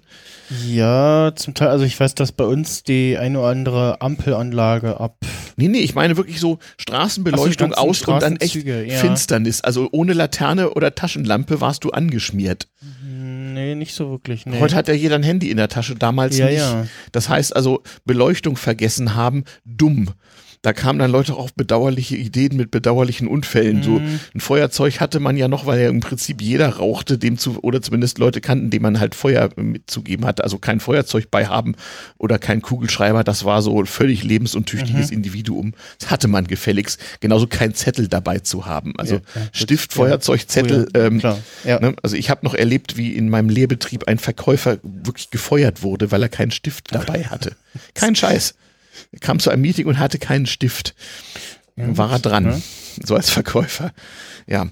Ja, zum Teil, also ich weiß, dass bei uns die eine oder andere Ampelanlage Nee, ich meine wirklich so Straßenbeleuchtung aus und dann echt Finsternis. Also ohne Laterne oder Taschenlampe warst du angeschmiert. Nee, nicht so wirklich. Nee. Heute hat ja jeder ein Handy in der Tasche, damals nicht. Ja. Das heißt also, Beleuchtung vergessen haben, dumm. Da kamen dann Leute auf bedauerliche Ideen mit bedauerlichen Unfällen. So ein Feuerzeug hatte man ja noch, weil ja im Prinzip jeder rauchte, oder zumindest Leute kannten, denen man halt Feuer mitzugeben hatte. Also kein Feuerzeug bei haben oder kein Kugelschreiber. Das war so ein völlig lebensuntüchtiges Individuum. Das hatte man gefälligst. Genauso kein Zettel dabei zu haben. Also Stift, Feuerzeug, Zettel. Ne? Also ich habe noch erlebt, wie in meinem Lehrbetrieb ein Verkäufer wirklich gefeuert wurde, weil er keinen Stift dabei hatte. Kein Scheiß. Er kam zu einem Meeting und hatte keinen Stift. Dann war er dran, so als Verkäufer. Ja,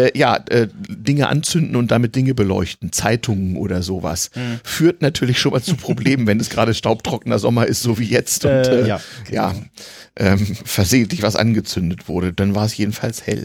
Dinge anzünden und damit Dinge beleuchten, Zeitungen oder sowas, führt natürlich schon mal zu Problemen, wenn es gerade staubtrockener Sommer ist, so wie jetzt und versehentlich was angezündet wurde. Dann war es jedenfalls hell.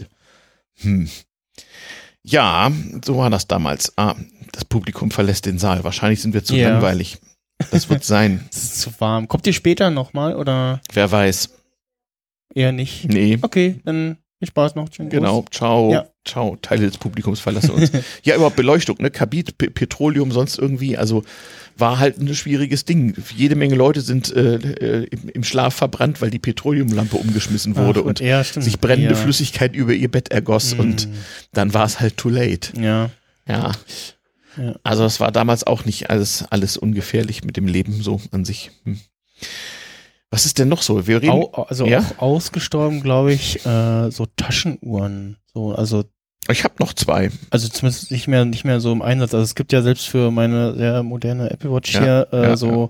Ja, so war das damals. Das Publikum verlässt den Saal. Wahrscheinlich sind wir zu langweilig. Das wird sein. Es ist zu warm. Kommt ihr später nochmal, oder? Wer weiß. Eher nicht? Nee. Okay, dann viel Spaß noch. Genau, ciao. Ja. Ciao, Teile des Publikums verlassen uns. Ja, überhaupt Beleuchtung, ne? Kabit, Petroleum, sonst irgendwie, also war halt ein schwieriges Ding. Jede Menge Leute sind im Schlaf verbrannt, weil die Petroleumlampe umgeschmissen wurde und sich brennende Flüssigkeit über ihr Bett ergoss und dann war es halt too late. Ja. Ja. Also es war damals auch nicht alles ungefährlich mit dem Leben so an sich. Was ist denn noch so? Wir reden, auch ausgestorben, glaube ich, so Taschenuhren. So, also ich habe noch 2. Also zumindest nicht mehr so im Einsatz. Also es gibt ja selbst für meine sehr moderne Apple Watch hier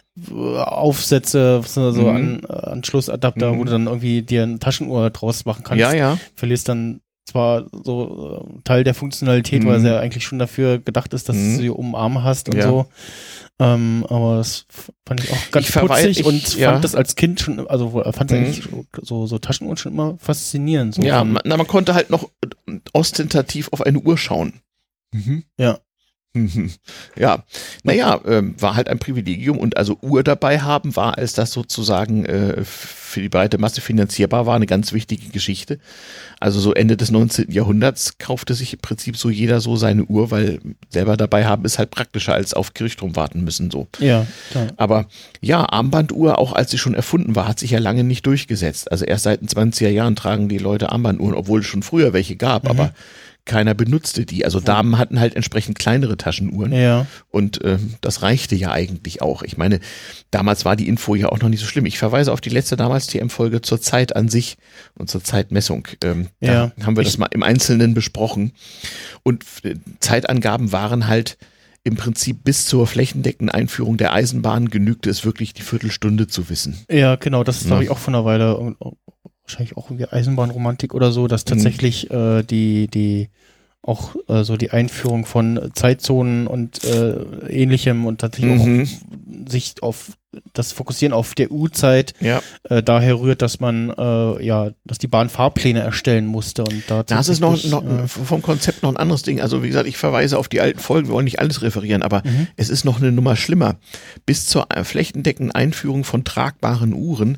Aufsätze, so Anschlussadapter, wo du dann irgendwie dir eine Taschenuhr draus machen kannst. Ja. Verlierst dann zwar so Teil der Funktionalität, weil es ja eigentlich schon dafür gedacht ist, dass du sie um den Arm hast und so. Aber das fand ich auch ganz putzig und fand das als Kind schon, also fand eigentlich so Taschenuhren schon immer faszinierend. So man konnte halt noch ostentativ auf eine Uhr schauen. Ja. Ja, war halt ein Privilegium und also Uhr dabei haben war, als das sozusagen für die breite Masse finanzierbar war, eine ganz wichtige Geschichte. Also so Ende des 19. Jahrhunderts kaufte sich im Prinzip so jeder so seine Uhr, weil selber dabei haben ist halt praktischer als auf Kirchturm warten müssen so. Ja, klar. Aber ja, Armbanduhr, auch als sie schon erfunden war, hat sich ja lange nicht durchgesetzt. Also erst seit den 20er Jahren tragen die Leute Armbanduhren, obwohl es schon früher welche gab, aber keiner benutzte die. Also Damen hatten halt entsprechend kleinere Taschenuhren. Ja. Und das reichte ja eigentlich auch. Ich meine, damals war die Info ja auch noch nicht so schlimm. Ich verweise auf die letzte damals TM-Folge zur Zeit an sich und zur Zeitmessung. Da haben wir das mal im Einzelnen besprochen. Und Zeitangaben waren halt im Prinzip bis zur flächendeckenden Einführung der Eisenbahn genügte es wirklich, die Viertelstunde zu wissen. Ja, genau. Das habe ich auch von einer Weile wahrscheinlich auch irgendwie Eisenbahnromantik oder so, dass tatsächlich die auch so die Einführung von Zeitzonen und ähnlichem und tatsächlich auch sich auf das Fokussieren auf der U-Zeit daher rührt, dass man dass die Bahn Fahrpläne erstellen musste und das ist noch vom Konzept noch ein anderes Ding. Also wie gesagt, ich verweise auf die alten Folgen, wir wollen nicht alles referieren, aber es ist noch eine Nummer schlimmer. Bis zur flächendeckenden Einführung von tragbaren Uhren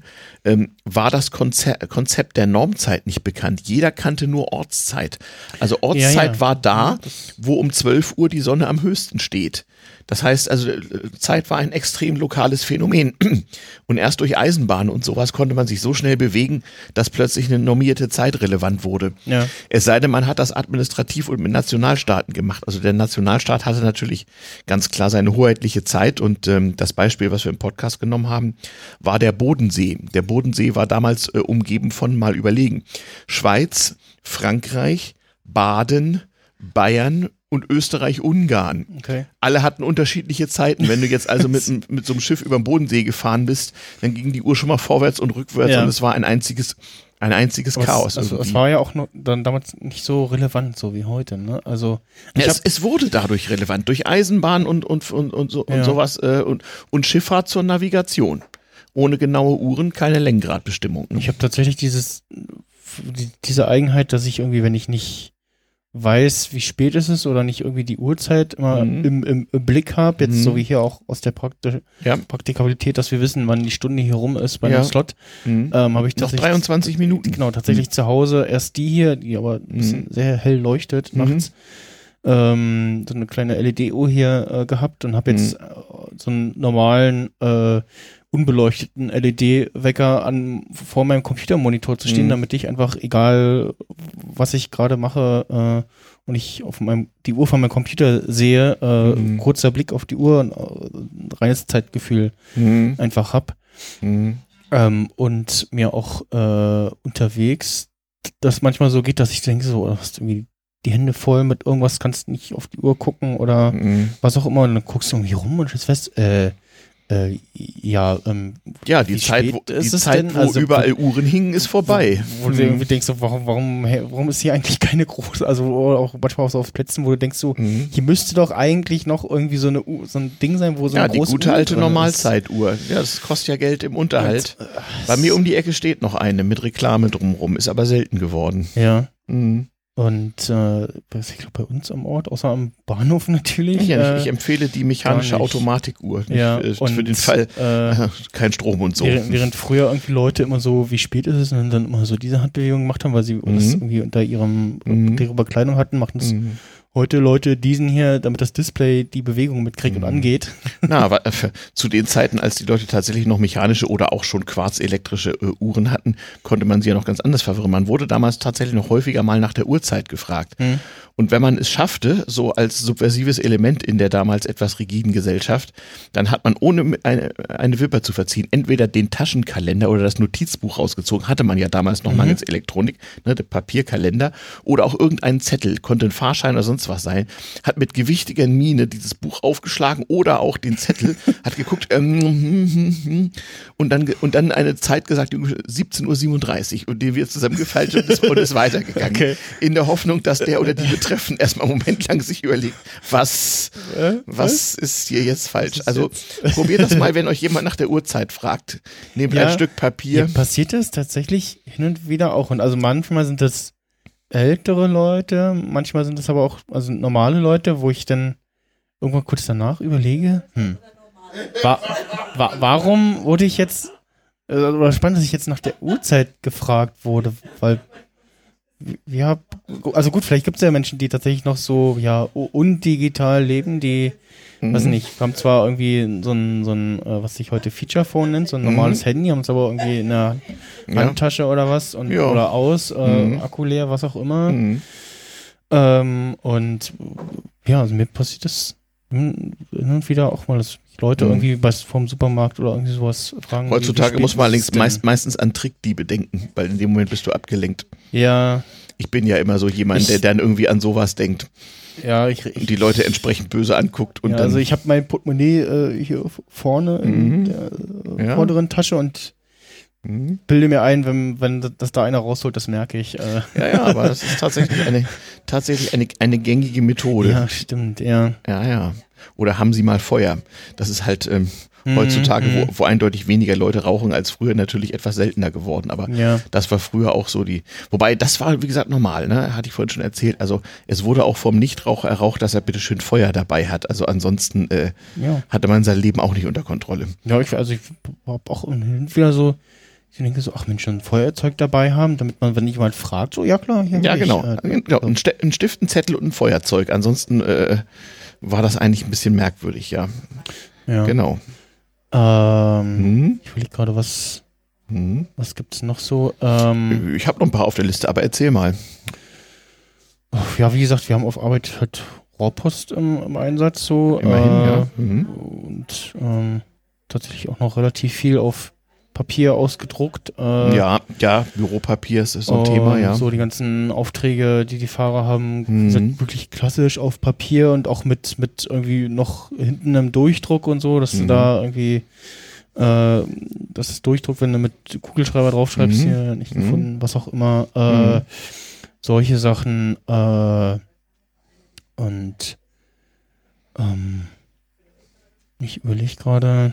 war das Konzept der Normzeit nicht bekannt. Jeder kannte nur Ortszeit. Also Ortszeit war da, wo um 12 Uhr die Sonne am höchsten steht. Das heißt, also Zeit war ein extrem lokales Phänomen. Und erst durch Eisenbahn und sowas konnte man sich so schnell bewegen, dass plötzlich eine normierte Zeit relevant wurde. Ja. Es sei denn, man hat das administrativ und mit Nationalstaaten gemacht. Also der Nationalstaat hatte natürlich ganz klar seine hoheitliche Zeit und das Beispiel, was wir im Podcast genommen haben, war der Bodensee. Der Bodensee war damals umgeben von, mal überlegen, Schweiz, Frankreich, Baden, Bayern und Österreich-Ungarn. Okay. Alle hatten unterschiedliche Zeiten. Wenn du jetzt also mit so einem Schiff über den Bodensee gefahren bist, dann ging die Uhr schon mal vorwärts und rückwärts und es war ein einziges Chaos. Es war ja auch noch dann damals nicht so relevant, so wie heute. Ne? Also es wurde dadurch relevant, durch Eisenbahn und sowas und Schifffahrt zur Navigation. Ohne genaue Uhren keine Lenkrad-Bestimmung. Ich habe tatsächlich diese Eigenheit, dass ich irgendwie, wenn ich nicht weiß, wie spät es ist oder nicht irgendwie die Uhrzeit immer im Blick habe, jetzt so wie hier auch aus der Praktikabilität, dass wir wissen, wann die Stunde hier rum ist bei einem Slot, habe ich tatsächlich noch 23 Minuten. Genau, tatsächlich zu Hause erst die hier, die aber ein bisschen sehr hell leuchtet nachts, so eine kleine LED-Uhr hier gehabt und habe jetzt so einen normalen unbeleuchteten LED-Wecker vor meinem Computermonitor zu stehen, damit ich einfach, egal was ich gerade mache und ich auf die Uhr von meinem Computer sehe, kurzer Blick auf die Uhr und reines Zeitgefühl einfach habe. Und mir auch unterwegs das manchmal so geht, dass ich denke, so, du hast irgendwie die Hände voll mit irgendwas, kannst nicht auf die Uhr gucken oder was auch immer und dann guckst du irgendwie rum und stellst fest, die Zeit, wo überall Uhren hingen, ist vorbei. Wo du irgendwie denkst, warum ist hier eigentlich keine große, also auch manchmal so auf Plätzen, wo du denkst, so, hier müsste doch eigentlich noch irgendwie so ein Ding sein, wo so eine große Uhr. Ja, die gute alte Normalzeituhr. Ja, das kostet ja Geld im Unterhalt. Bei mir um die Ecke steht noch eine mit Reklame drumrum, ist aber selten geworden. Ja. Und ich glaube bei uns am Ort, außer am Bahnhof natürlich. Ich empfehle die mechanische Automatikuhr für den Fall kein Strom und so. Während früher irgendwie Leute immer so, wie spät ist es, und dann immer so diese Handbewegung gemacht haben, weil sie das irgendwie unter ihrer Bekleidung hatten, machen das heute Leute diesen hier, damit das Display die Bewegung mitkriegt und angeht. Na, aber zu den Zeiten, als die Leute tatsächlich noch mechanische oder auch schon quarzelektrische Uhren hatten, konnte man sie ja noch ganz anders verwirren. Man wurde damals tatsächlich noch häufiger mal nach der Uhrzeit gefragt. Und wenn man es schaffte, so als subversives Element in der damals etwas rigiden Gesellschaft, dann hat man ohne eine Wimper zu verziehen entweder den Taschenkalender oder das Notizbuch rausgezogen, hatte man ja damals noch mangels Elektronik, ne, der Papierkalender, oder auch irgendeinen Zettel, konnte ein Fahrschein oder sonst was sein, hat mit gewichtiger Miene dieses Buch aufgeschlagen oder auch den Zettel, hat geguckt und dann eine Zeit gesagt, 17:37 Uhr und die wird zusammengefaltet und ist weitergegangen. Okay. In der Hoffnung, dass der oder die Betreffenden erstmal einen Moment lang sich überlegt, was ist hier jetzt falsch? Also probiert das mal, wenn euch jemand nach der Uhrzeit fragt. Nehmt ein Stück Papier. Mir passiert das tatsächlich hin und wieder auch. Und also manchmal sind das ältere Leute, manchmal sind das aber auch normale Leute, wo ich dann irgendwann kurz danach überlege, warum wurde ich jetzt, oder spannend, dass ich jetzt nach der Uhrzeit gefragt wurde, weil also gut, vielleicht gibt es ja Menschen, die tatsächlich noch so, undigital leben, die, weiß nicht, haben zwar irgendwie so ein was sich heute Feature-Phone nennt, so ein normales Handy, haben es aber irgendwie in der Handtasche oder was, oder Akku leer, was auch immer. Und ja, also mir passiert das hin und wieder auch mal, dass Leute irgendwie vom Supermarkt oder irgendwie sowas fragen. Heutzutage muss man allerdings meistens an Trickdiebe denken, weil in dem Moment bist du abgelenkt. Ja. Ich bin ja immer so jemand, der dann irgendwie an sowas denkt. Ja, und die Leute entsprechend böse anguckt. Und dann also ich habe mein Portemonnaie hier vorne in der vorderen Tasche und bilde mir ein, wenn das da einer rausholt, das merke ich. Ja, aber das ist tatsächlich eine gängige Methode. Ja, stimmt, ja. Ja. Oder haben Sie mal Feuer? Das ist halt heutzutage, wo eindeutig weniger Leute rauchen als früher, natürlich etwas seltener geworden. Aber das war früher auch so wobei das war, wie gesagt, normal, ne? Hatte ich vorhin schon erzählt. Also es wurde auch vom Nichtraucher erraucht, dass er bitteschön Feuer dabei hat. Also ansonsten hatte man sein Leben auch nicht unter Kontrolle. Ja, ich habe auch wieder so, ich denke so, ach Mensch, ein Feuerzeug dabei haben, damit man, wenn jemand fragt, so, ja klar. Hier genau. Ein Stift, ein Zettel und ein Feuerzeug. Ansonsten war das eigentlich ein bisschen merkwürdig, ja. Genau. Ich will gerade was gibt's noch so? Ich habe noch ein paar auf der Liste, aber erzähl mal. Ja, wie gesagt, wir haben auf Arbeit halt Rohrpost im Einsatz so. Immerhin, Und tatsächlich auch noch relativ viel auf Papier ausgedruckt. Büropapier ist so ein Thema, ja. So die ganzen Aufträge, die Fahrer haben, sind wirklich klassisch auf Papier und auch mit irgendwie noch hinten einem Durchdruck und so, dass du da irgendwie das ist Durchdruck, wenn du mit Kugelschreiber draufschreibst, hier nicht gefunden, was auch immer, solche Sachen und ich überlege gerade,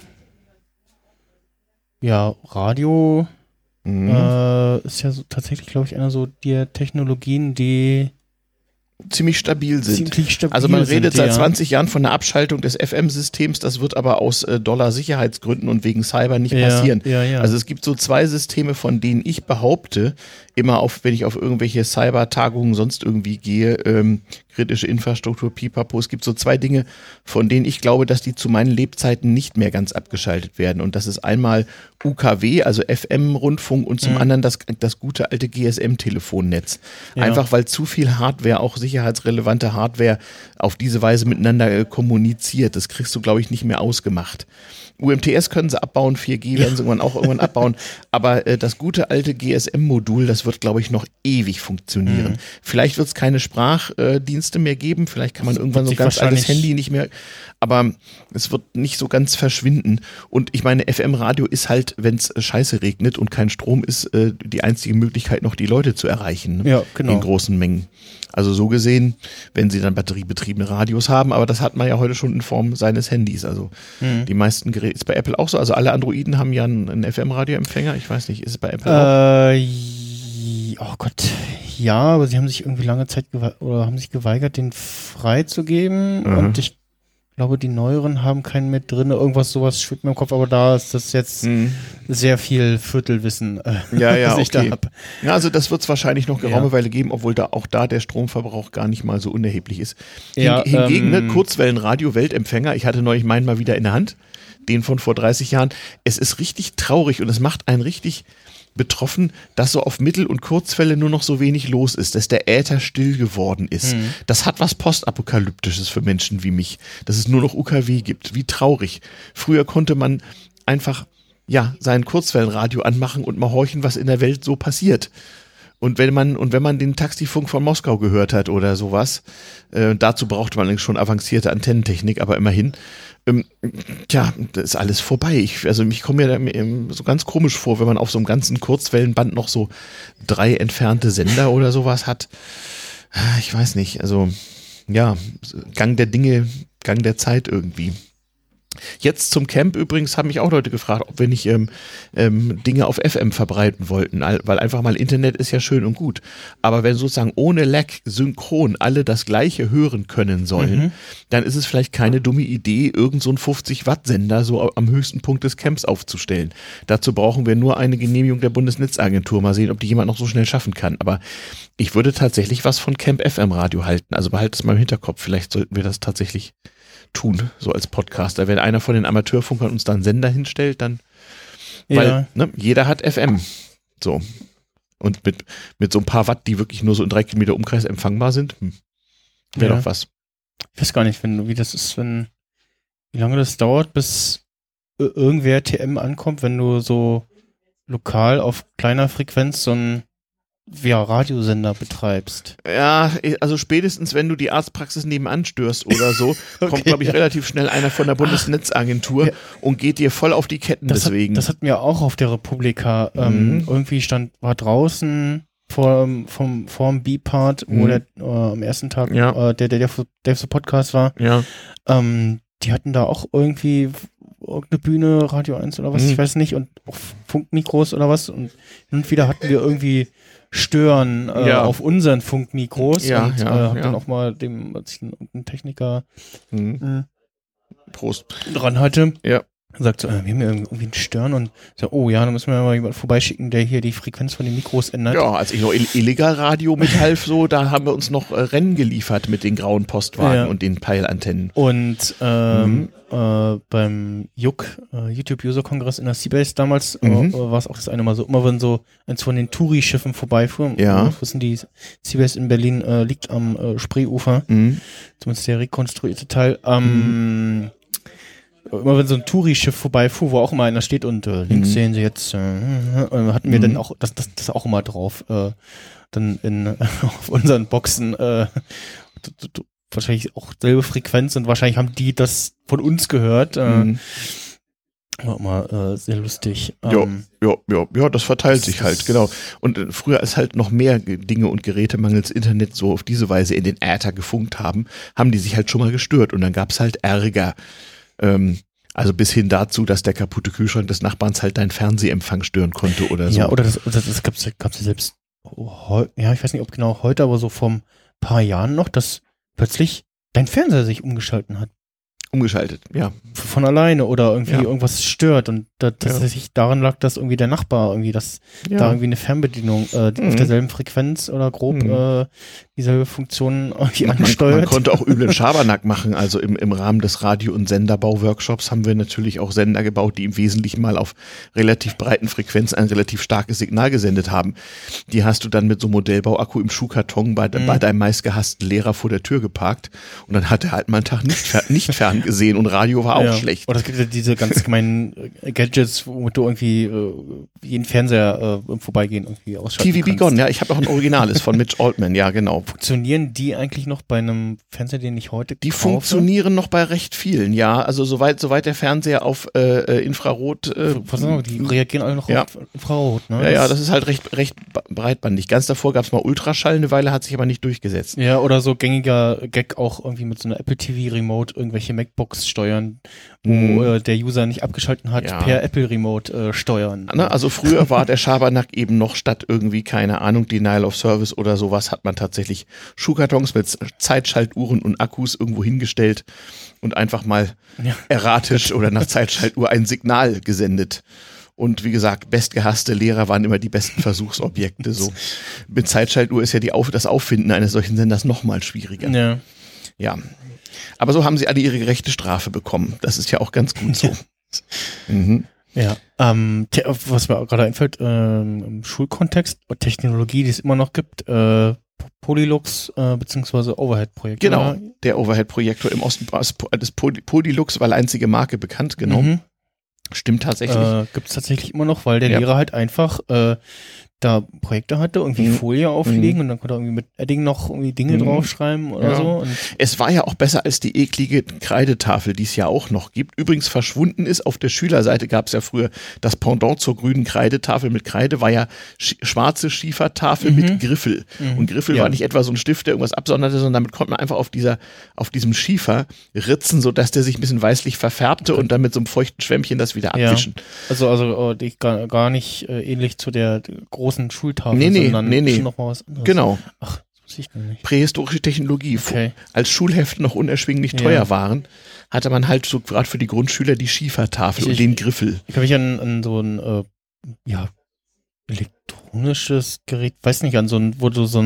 ja, Radio ist ja so, tatsächlich, glaube ich, einer so der Technologien, die ziemlich stabil sind. Also man redet seit 20 Jahren von der Abschaltung des FM-Systems, das wird aber aus Dollar-Sicherheitsgründen und wegen Cyber nicht passieren. Also es gibt so zwei Systeme, von denen ich behaupte, immer wenn ich auf irgendwelche Cyber-Tagungen sonst irgendwie gehe, kritische Infrastruktur, Pipapo, es gibt so zwei Dinge, von denen ich glaube, dass die zu meinen Lebzeiten nicht mehr ganz abgeschaltet werden. Und das ist einmal UKW, also FM-Rundfunk, und zum anderen das gute alte GSM-Telefonnetz. Einfach weil zu viel Hardware, auch sicherheitsrelevante Hardware, auf diese Weise miteinander kommuniziert. Das kriegst du, glaube ich, nicht mehr ausgemacht. UMTS können sie abbauen, 4G werden sie irgendwann abbauen, aber das gute alte GSM-Modul, das wird, glaube ich, noch ewig funktionieren. Vielleicht wird es keine Sprachdienste mehr geben, vielleicht kann man irgendwann so ein ganz altes Handy nicht mehr, aber es wird nicht so ganz verschwinden. Und ich meine, FM-Radio ist halt, wenn es scheiße regnet und kein Strom ist, die einzige Möglichkeit, noch die Leute zu erreichen, ne? Ja, genau. In großen Mengen. Also so gesehen, wenn sie dann batteriebetriebene Radios haben, aber das hat man ja heute schon in Form seines Handys. Also die meisten Geräte, ist bei Apple auch so, also alle Androiden haben ja einen FM-Radioempfänger, ich weiß nicht, ist es bei Apple auch? Oh Gott, ja, aber sie haben sich irgendwie lange Zeit geweigert, den freizugeben und ich Ich glaube, die neueren haben keinen mit drin, sowas schwirrt mir im Kopf, aber da ist das jetzt sehr viel Viertelwissen, was ich da habe. Ja, also das wird es wahrscheinlich noch geraume Weile geben, obwohl da auch der Stromverbrauch gar nicht mal so unerheblich ist. Hingegen, Kurzwellenradio, Weltempfänger, ich hatte neulich meinen mal wieder in der Hand, den von vor 30 Jahren. Es ist richtig traurig und es macht einen richtig betroffen, dass so auf Mittel- und Kurzwelle nur noch so wenig los ist, dass der Äther still geworden ist. Das hat was Postapokalyptisches für Menschen wie mich, dass es nur noch UKW gibt. Wie traurig. Früher konnte man einfach sein Kurzwellenradio anmachen und mal horchen, was in der Welt so passiert. Und wenn man den Taxifunk von Moskau gehört hat oder sowas, dazu brauchte man schon avancierte Antennentechnik, aber immerhin, das ist alles vorbei. Ich komme mir so ganz komisch vor, wenn man auf so einem ganzen Kurzwellenband noch so 3 entfernte Sender oder sowas hat. Ich weiß nicht, also Gang der Dinge, Gang der Zeit irgendwie. Jetzt zum Camp übrigens haben mich auch Leute gefragt, ob wir nicht Dinge auf FM verbreiten wollten, weil einfach mal Internet ist ja schön und gut. Aber wenn sozusagen ohne Lag synchron alle das Gleiche hören können sollen, dann ist es vielleicht keine dumme Idee, irgend so einen 50-Watt-Sender so am höchsten Punkt des Camps aufzustellen. Dazu brauchen wir nur eine Genehmigung der Bundesnetzagentur. Mal sehen, ob die jemand noch so schnell schaffen kann. Aber ich würde tatsächlich was von Camp FM Radio halten. Also behalte es mal im Hinterkopf. Vielleicht sollten wir das tatsächlich tun, so als Podcaster. Wenn einer von den Amateurfunkern uns dann einen Sender hinstellt, dann, weil jeder hat FM. So. Und mit so ein paar Watt, die wirklich nur so in 3 Kilometer Umkreis empfangbar sind, wäre doch was. Ich weiß gar nicht, wie lange das dauert, bis irgendwer TM ankommt, wenn du so lokal auf kleiner Frequenz so ein Radiosender betreibst. Ja, also spätestens, wenn du die Arztpraxis nebenan störst oder so, kommt, glaube ich, relativ schnell einer von der Bundesnetzagentur und geht dir voll auf die Ketten deswegen. Das hatten wir auch auf der Republika. Irgendwie war draußen vorm B-Part, wo der am ersten Tag der so Podcast war. Ja. Die hatten da auch irgendwie irgendeine Bühne, Radio 1 oder was, ich weiß nicht, und auch Funkmikros oder was. Und hin und wieder hatten wir irgendwie Stören auf unseren Funkmikros und hab dann auch mal als ich einen Techniker Prost dran hatte, ja. Sagt so, wir haben ja irgendwie einen Stören und so, dann müssen wir mal jemanden vorbeischicken, der hier die Frequenz von den Mikros ändert. Ja, als ich noch Illegalradio mithalf, da haben wir uns noch Rennen geliefert mit den grauen Postwagen und den Peilantennen. Und beim YouTube-User-Kongress in der Seabase damals war es auch das eine Mal so, immer wenn so eins von den Touri-Schiffen vorbeifuhr, wissen die, Seabase in Berlin liegt am Spreeufer, zumindest der rekonstruierte Teil, immer wenn so ein Touri-Schiff vorbeifuhr, wo auch immer einer steht und links sehen sie jetzt, hatten wir dann auch das auch immer drauf, dann auf unseren Boxen wahrscheinlich auch selbe Frequenz und wahrscheinlich haben die das von uns gehört. War immer sehr lustig. Ja, das verteilt sich halt, genau. Und früher, als halt noch mehr Dinge und Geräte mangels Internet so auf diese Weise in den Äther gefunkt haben die sich halt schon mal gestört und dann gab's halt Ärger. Also bis hin dazu, dass der kaputte Kühlschrank des Nachbarns halt deinen Fernsehempfang stören konnte oder so. Ja, oder das gab's ja selbst, ich weiß nicht, ob genau heute, aber so vor ein paar Jahren noch, dass plötzlich dein Fernseher sich umgeschalten hat. Umgeschaltet, ja. Von alleine oder irgendwie irgendwas stört und dass es sich daran lag, dass irgendwie der Nachbar irgendwie da irgendwie eine Fernbedienung auf derselben Frequenz oder grob dieselbe Funktion irgendwie ansteuert. Man konnte auch üblen Schabernack machen, also im Rahmen des Radio- und Senderbau-Workshops haben wir natürlich auch Sender gebaut, die im Wesentlichen mal auf relativ breiten Frequenzen ein relativ starkes Signal gesendet haben. Die hast du dann mit so einem Modellbauakku im Schuhkarton bei deinem meistgehassten Lehrer vor der Tür geparkt und dann hat er halt mal einen Tag nicht fern gesehen und Radio war auch schlecht. Oder es gibt ja diese ganz gemeinen Gadgets, womit du irgendwie jeden Fernseher im Vorbeigehen irgendwie ausschalten TV kannst. Gone, ja, ich habe auch ein originales von Mitch Altman, ja genau. Funktionieren die eigentlich noch bei einem Fernseher, den ich heute kaufe? Die funktionieren noch bei recht vielen, ja. Also soweit der Fernseher auf Infrarot. Die reagieren alle noch auf Infrarot, ne? Ja, das ist halt recht breitbandig. Ganz davor gab es mal Ultraschall eine Weile, hat sich aber nicht durchgesetzt. Ja, oder so gängiger Gag auch irgendwie mit so einer Apple TV Remote irgendwelche MacBooks steuern, wo der User nicht abgeschalten hat, per per Apple Remote steuern. Also früher war der Schabernack eben noch statt irgendwie, keine Ahnung, Denial of Service oder sowas, hat man tatsächlich Schuhkartons mit Zeitschaltuhren und Akkus irgendwo hingestellt und einfach mal erratisch oder nach Zeitschaltuhr ein Signal gesendet. Und wie gesagt, bestgehasste Lehrer waren immer die besten Versuchsobjekte. So. Mit Zeitschaltuhr ist ja das Auffinden eines solchen Senders noch mal schwieriger. Ja. Aber so haben sie alle ihre gerechte Strafe bekommen. Das ist ja auch ganz gut so. Ja. Was mir gerade einfällt, im Schulkontext, Technologie, die es immer noch gibt, Polylux beziehungsweise Overhead-Projektor. Genau, der Overhead-Projektor im Osten des Polylux war einzige Marke bekannt, genau. Stimmt tatsächlich. Gibt es tatsächlich immer noch, weil der Lehrer halt einfach da Projekte hatte, irgendwie Folie auflegen und dann konnte er irgendwie mit Edding noch irgendwie Dinge draufschreiben oder so. Und es war ja auch besser als die eklige Kreidetafel, die es ja auch noch gibt. Übrigens verschwunden ist, auf der Schülerseite gab es ja früher das Pendant zur grünen Kreidetafel mit Kreide, war ja schwarze Schiefertafel mit Griffel. Und Griffel war nicht etwa so ein Stift, der irgendwas absonderte, sondern damit konnte man einfach auf diesem Schiefer ritzen, sodass der sich ein bisschen weißlich verfärbte und dann mit so einem feuchten Schwämmchen das wieder abwischen. Also gar nicht ähnlich zu der großen Schultafel, sondern schon noch mal was anderes. Genau. Ach, das wusste ich gar nicht. Prähistorische Technologie. Okay. Als Schulheften noch unerschwinglich teuer waren, hatte man halt so gerade für die Grundschüler die Schiefertafel und den Griffel. Ich kann mich an so ein elektronisches Gerät, weiß nicht, wo du so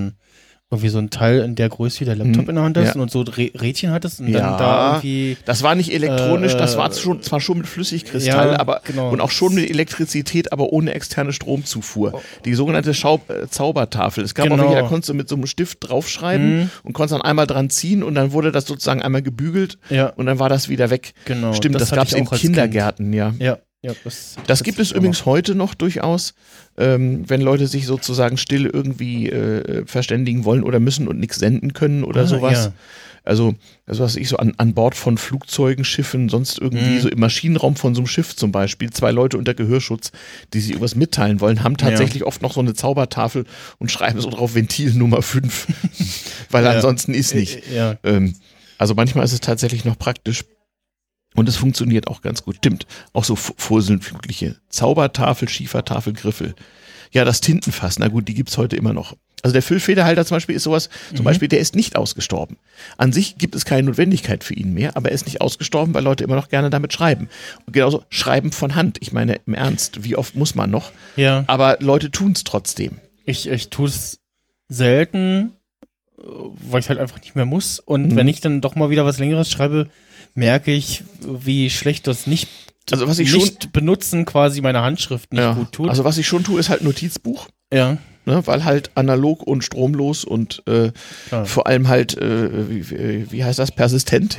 ein Teil in der Größe wie der Laptop in der Hand hast und so Rädchen hattest und dann da irgendwie. Das war nicht elektronisch, das war zwar schon mit Flüssigkristall, aber und auch schon mit Elektrizität, aber ohne externe Stromzufuhr. Die sogenannte Zaubertafel. Es gab auch welche, da konntest du mit so einem Stift draufschreiben und konntest dann einmal dran ziehen und dann wurde das sozusagen einmal gebügelt und dann war das wieder weg. Genau. Stimmt, das gab es in Kindergärten, Ja, das gibt es übrigens heute noch durchaus, wenn Leute sich sozusagen still irgendwie verständigen wollen oder müssen und nichts senden können oder sowas. Ja. Also was ich so an Bord von Flugzeugen, Schiffen, sonst irgendwie so im Maschinenraum von so einem Schiff zum Beispiel, 2 Leute unter Gehörschutz, die sich irgendwas mitteilen wollen, haben tatsächlich oft noch so eine Zaubertafel und schreiben so drauf Ventil Nummer 5, weil ansonsten ist nicht. Also manchmal ist es tatsächlich noch praktisch. Und es funktioniert auch ganz gut. Stimmt. Auch so vorsintflutliche Zaubertafel, Schiefertafel, Griffel. Ja, das Tintenfass, na gut, die gibt's heute immer noch. Also der Füllfederhalter zum Beispiel ist sowas, zum Beispiel, der ist nicht ausgestorben. An sich gibt es keine Notwendigkeit für ihn mehr, aber er ist nicht ausgestorben, weil Leute immer noch gerne damit schreiben. Und genauso Schreiben von Hand. Ich meine, im Ernst, wie oft muss man noch? Ja. Aber Leute tun's trotzdem. Ich tue es selten, weil ich halt einfach nicht mehr muss. Und wenn ich dann doch mal wieder was Längeres schreibe, merke ich, wie schlecht das nicht benutzen quasi meine Handschrift nicht gut tut. Also was ich schon tue, ist halt Notizbuch. Ja. Ne, weil halt analog und stromlos und vor allem halt, wie heißt das, persistent,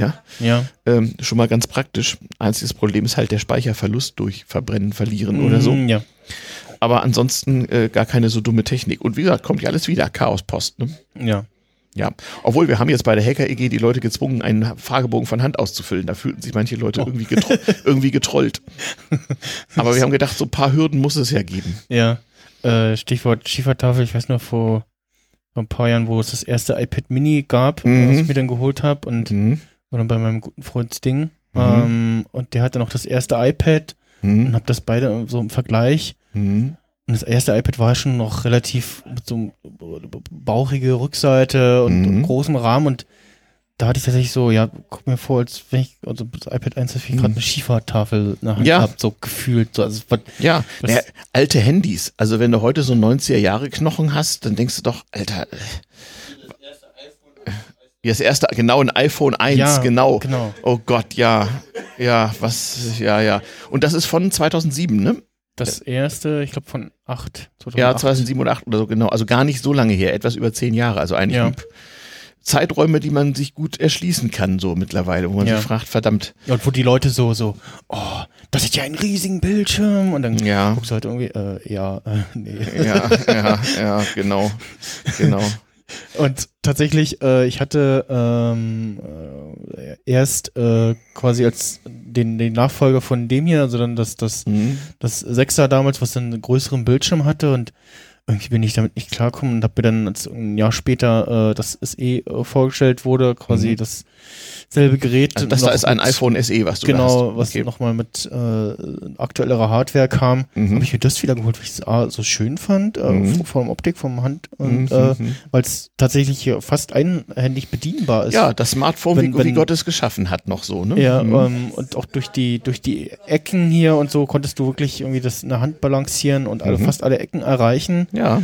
schon mal ganz praktisch. Einziges Problem ist halt der Speicherverlust durch Verbrennen, Verlieren oder so. Ja. Aber ansonsten gar keine so dumme Technik. Und wie gesagt, kommt ja alles wieder, Chaospost. Ne? Ja, obwohl wir haben jetzt bei der Hacker-EG die Leute gezwungen, einen Fragebogen von Hand auszufüllen. Da fühlten sich manche Leute irgendwie getrollt. Aber wir haben gedacht, so ein paar Hürden muss es ja geben. Ja, Stichwort Schiefertafel. Ich weiß noch vor ein paar Jahren, wo es das erste iPad Mini gab, was ich mir dann geholt habe und war dann bei meinem guten Freund Sting. Und der hatte noch das erste iPad und habe das beide so im Vergleich. Und das erste iPad war schon noch relativ mit so bauchige Rückseite und großem Rahmen und da hatte ich tatsächlich so, guck mir vor, als wenn ich, also das iPad 1, als wenn ich gerade eine Schiefertafel in der Hand habe, so gefühlt. So, also, alte Handys, also wenn du heute so 90er-Jahre-Knochen hast, dann denkst du doch, Alter, das erste, genau, ein iPhone 1, genau. Oh Gott, ja. Und das ist von 2007, ne? Das erste, ich glaube von 8. 2008. Ja, 2007 oder 8 oder so, genau. Also gar nicht so lange her, etwas über 10 Jahre. Also eigentlich Zeiträume, die man sich gut erschließen kann, so mittlerweile, wo man sich fragt, verdammt. Und wo die Leute so, das ist ja ein riesigen Bildschirm. Und dann guckst du halt irgendwie, nee. Ja, genau. Und tatsächlich, ich hatte erst quasi als den Nachfolger von dem hier, also dann das 6er damals, was dann einen größeren Bildschirm hatte und irgendwie bin ich damit nicht klargekommen und habe mir dann, als ein Jahr später das SE vorgestellt wurde, quasi dasselbe Gerät. Also das da ist ein iPhone SE, was du genau, da hast. Genau, was nochmal mit aktuellerer Hardware kam. Habe ich mir das wieder geholt, weil ich es so schön fand, von der Optik, vom Hand, und weil es tatsächlich hier fast einhändig bedienbar ist. Ja, das Smartphone, wie Gott es geschaffen hat, noch so, ne? Ja, und auch durch die Ecken hier und so konntest du wirklich irgendwie das in der Hand balancieren und fast alle Ecken erreichen. Ja.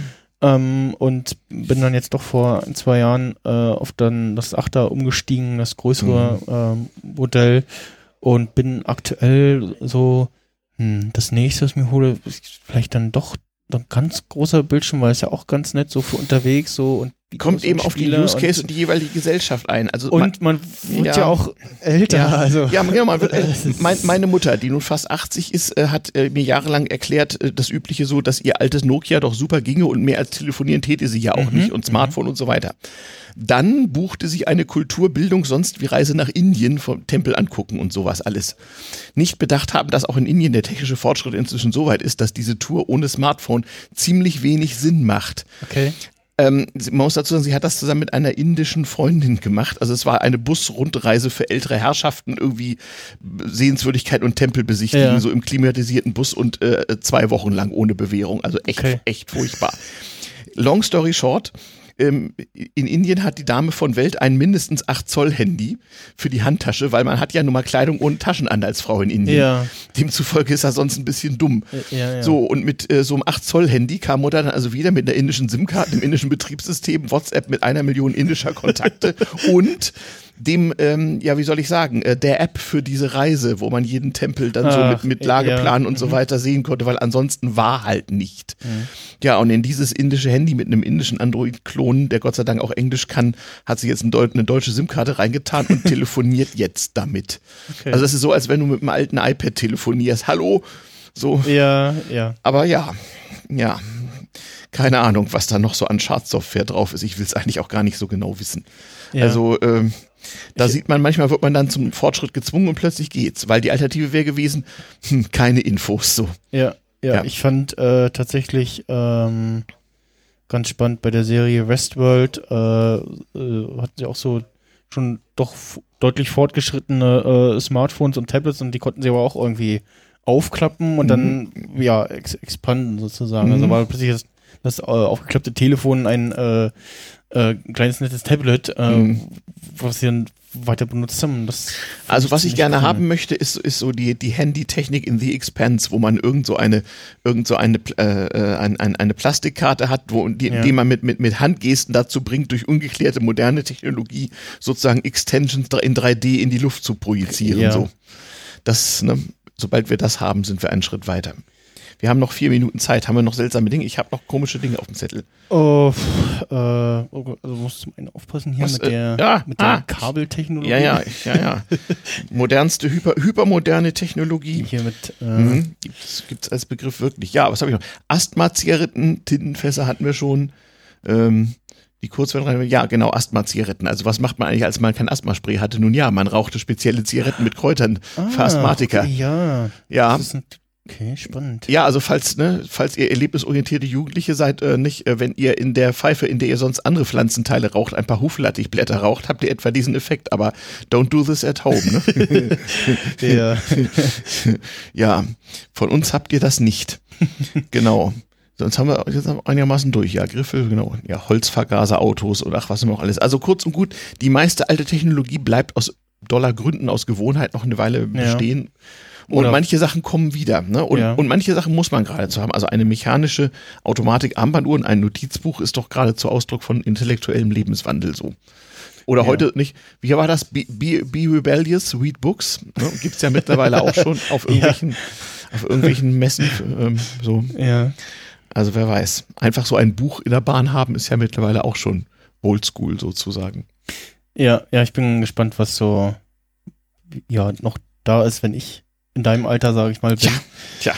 Und bin dann jetzt doch vor 2 Jahren auf dann das 8er umgestiegen, das größere Modell, und bin aktuell so, das nächste, was ich mir hole, ist vielleicht dann doch ein ganz großer Bildschirm, weil es ja auch ganz nett so für unterwegs so und kommt eben auf die Use Case und die jeweilige Gesellschaft ein. Also und man wird ja auch älter. Ja, also. Ja, genau, man wird meine Mutter, die nun fast 80 ist, hat mir jahrelang erklärt, das Übliche so, dass ihr altes Nokia doch super ginge und mehr als telefonieren täte sie ja auch nicht und Smartphone und so weiter. Dann buchte sie eine Kulturbildung, sonst wie Reise nach Indien, vom Tempel angucken und sowas alles. Nicht bedacht haben, dass auch in Indien der technische Fortschritt inzwischen so weit ist, dass diese Tour ohne Smartphone ziemlich wenig Sinn macht. Okay. Man muss dazu sagen, sie hat das zusammen mit einer indischen Freundin gemacht. Also es war eine Busrundreise für ältere Herrschaften, irgendwie Sehenswürdigkeit und Tempel besichtigen, so im klimatisierten Bus und 2 Wochen lang ohne Bewährung. Also echt furchtbar. Long story short, in Indien hat die Dame von Welt ein mindestens 8 Zoll Handy für die Handtasche, weil man hat ja nun mal Kleidung ohne Taschen an als Frau in Indien. Ja. Demzufolge ist er sonst ein bisschen dumm. Ja. So, und mit so einem 8 Zoll Handy kam Mutter dann also wieder mit einer indischen SIM-Karte, dem indischen Betriebssystem, WhatsApp mit 1 Million indischer Kontakte und dem, wie soll ich sagen, der App für diese Reise, wo man jeden Tempel dann so mit Lageplan und so weiter sehen konnte, weil ansonsten war halt nicht. Ja, und in dieses indische Handy mit einem indischen Android-Klon, der Gott sei Dank auch Englisch kann, hat sie jetzt eine deutsche SIM-Karte reingetan und telefoniert jetzt damit. Okay. Also das ist so, als wenn du mit einem alten iPad telefonierst. Hallo? So. Ja. Aber ja. Keine Ahnung, was da noch so an Schadsoftware drauf ist. Ich will es eigentlich auch gar nicht so genau wissen. Ja. Also, da sieht man, manchmal wird man dann zum Fortschritt gezwungen und plötzlich geht's, weil die Alternative wäre gewesen, keine Infos so. Ja, ich fand tatsächlich ganz spannend bei der Serie Westworld, hatten sie auch so schon doch deutlich fortgeschrittene Smartphones und Tablets, und die konnten sie aber auch irgendwie aufklappen und dann expanden sozusagen. Also war plötzlich das aufgeklappte Telefon ein kleines nettes Tablet, was sie dann weiter benutzt haben. Also was ich gerne haben möchte, ist so die Handy-Technik in The Expanse, wo man irgend so eine Plastikkarte hat, die man mit Handgesten dazu bringt, durch ungeklärte moderne Technologie sozusagen Extensions in 3D in die Luft zu projizieren. Ja. So. Das, sobald wir das haben, sind wir einen Schritt weiter. Wir haben noch 4 Minuten Zeit. Haben wir noch seltsame Dinge? Ich habe noch komische Dinge auf dem Zettel. Also musst du mal aufpassen hier mit der Kabeltechnologie. Ja. Modernste, hypermoderne Technologie. Hier mit gibt's als Begriff wirklich. Ja, was habe ich noch? Asthma-Zigaretten, Tintenfässer hatten wir schon. Die Kurzwellenreihe, ja genau, Asthma-Zigaretten. Also was macht man eigentlich, als man kein Asthmaspray hatte? Nun ja, man rauchte spezielle Zigaretten mit Kräutern für Asthmatiker. Okay, ja. Okay, spannend. Ja, also falls ihr erlebnisorientierte Jugendliche seid, wenn ihr in der Pfeife, in der ihr sonst andere Pflanzenteile raucht, ein paar Huflattichblätter raucht, habt ihr etwa diesen Effekt, aber don't do this at home, ne? Ja. Ja, von uns habt ihr das nicht. Genau. Sonst haben wir jetzt einigermaßen durch. Ja, Griffel, genau. Ja, Holzvergaserautos oder was immer noch alles. Also kurz und gut, die meiste alte Technologie bleibt aus Dollargründen, aus Gewohnheit noch eine Weile bestehen. Und manche Sachen kommen wieder, ne? Und manche Sachen muss man geradezu haben. Also eine mechanische Automatik-Armbanduhr und ein Notizbuch ist doch geradezu Ausdruck von intellektuellem Lebenswandel so. Oder heute nicht, wie war das? Be Rebellious, Read Books. Ne? Gibt's ja mittlerweile auch schon auf irgendwelchen Messen. So. Ja. Also wer weiß. Einfach so ein Buch in der Bahn haben ist ja mittlerweile auch schon oldschool sozusagen. Ja, ich bin gespannt, was so noch da ist, wenn ich in deinem Alter, sage ich mal, bin. Tja.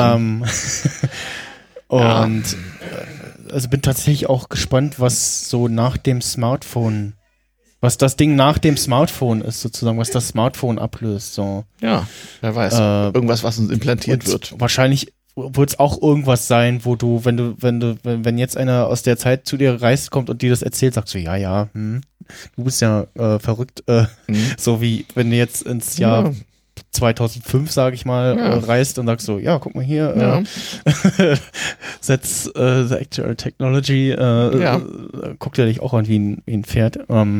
Und also bin tatsächlich auch gespannt, was so nach dem Smartphone, was das Ding nach dem Smartphone ist, sozusagen, was das Smartphone ablöst. So. Ja, wer weiß. Irgendwas, was uns implantiert wird. Wahrscheinlich wird es auch irgendwas sein, wo du, wenn jetzt einer aus der Zeit zu dir reist, kommt und dir das erzählt, sagst du, du bist ja verrückt, so wie wenn du jetzt ins Jahr 2005, sage ich mal, reist und sagst so, ja, guck mal hier, that's the actual technology, guckt er dich auch an wie ein Pferd.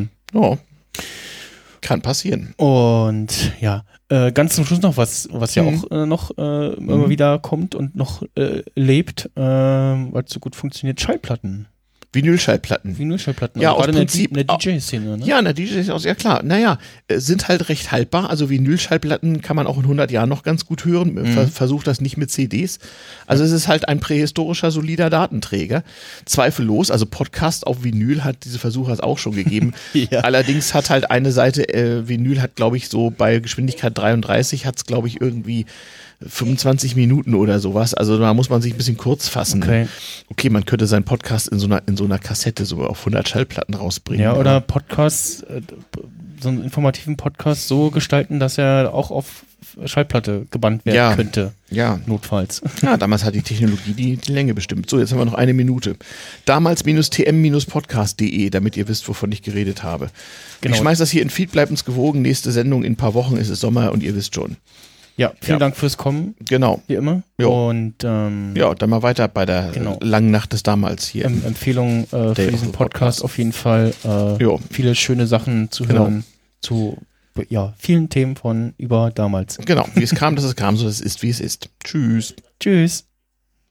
Kann passieren. Und ganz zum Schluss noch was ja auch noch immer wieder kommt und noch lebt, weil es so gut funktioniert, Schallplatten. Vinylschallplatten. Ja, aus Prinzip. In der DJ-Szene, ne? Ja, in der DJ-Szene, ja klar. Naja, sind halt recht haltbar. Also Vinylschallplatten kann man auch in 100 Jahren noch ganz gut hören. Versucht das nicht mit CDs. Also es ist halt ein prähistorischer, solider Datenträger. Zweifellos. Also Podcast auf Vinyl hat diese Versuche auch schon gegeben. Allerdings hat halt eine Seite, Vinyl hat, glaube ich, so bei Geschwindigkeit 33 hat es, glaube ich, irgendwie 25 Minuten oder sowas. Also da muss man sich ein bisschen kurz fassen. Okay, man könnte seinen Podcast in so einer Kassette so auf 100 Schallplatten rausbringen. Ja, oder Podcast, so einen informativen Podcast so gestalten, dass er auch auf Schallplatte gebannt werden könnte. Ja. Notfalls. Ja, damals hat die Technologie die Länge bestimmt. So, jetzt haben wir noch eine Minute. Damals-tm-podcast.de, damit ihr wisst, wovon ich geredet habe. Genau. Ich schmeiß das hier in Feed, bleibt uns gewogen. Nächste Sendung in ein paar Wochen ist es Sommer und ihr wisst schon. Ja, vielen Dank fürs Kommen. Genau. Wie immer. Jo. Und dann mal weiter bei der langen Nacht des Damals hier. Empfehlungen für diesen Podcast auf jeden Fall. Viele schöne Sachen zu hören zu vielen Themen von über damals. Genau, wie es kam, dass es kam, so es ist, wie es ist. Tschüss. Tschüss.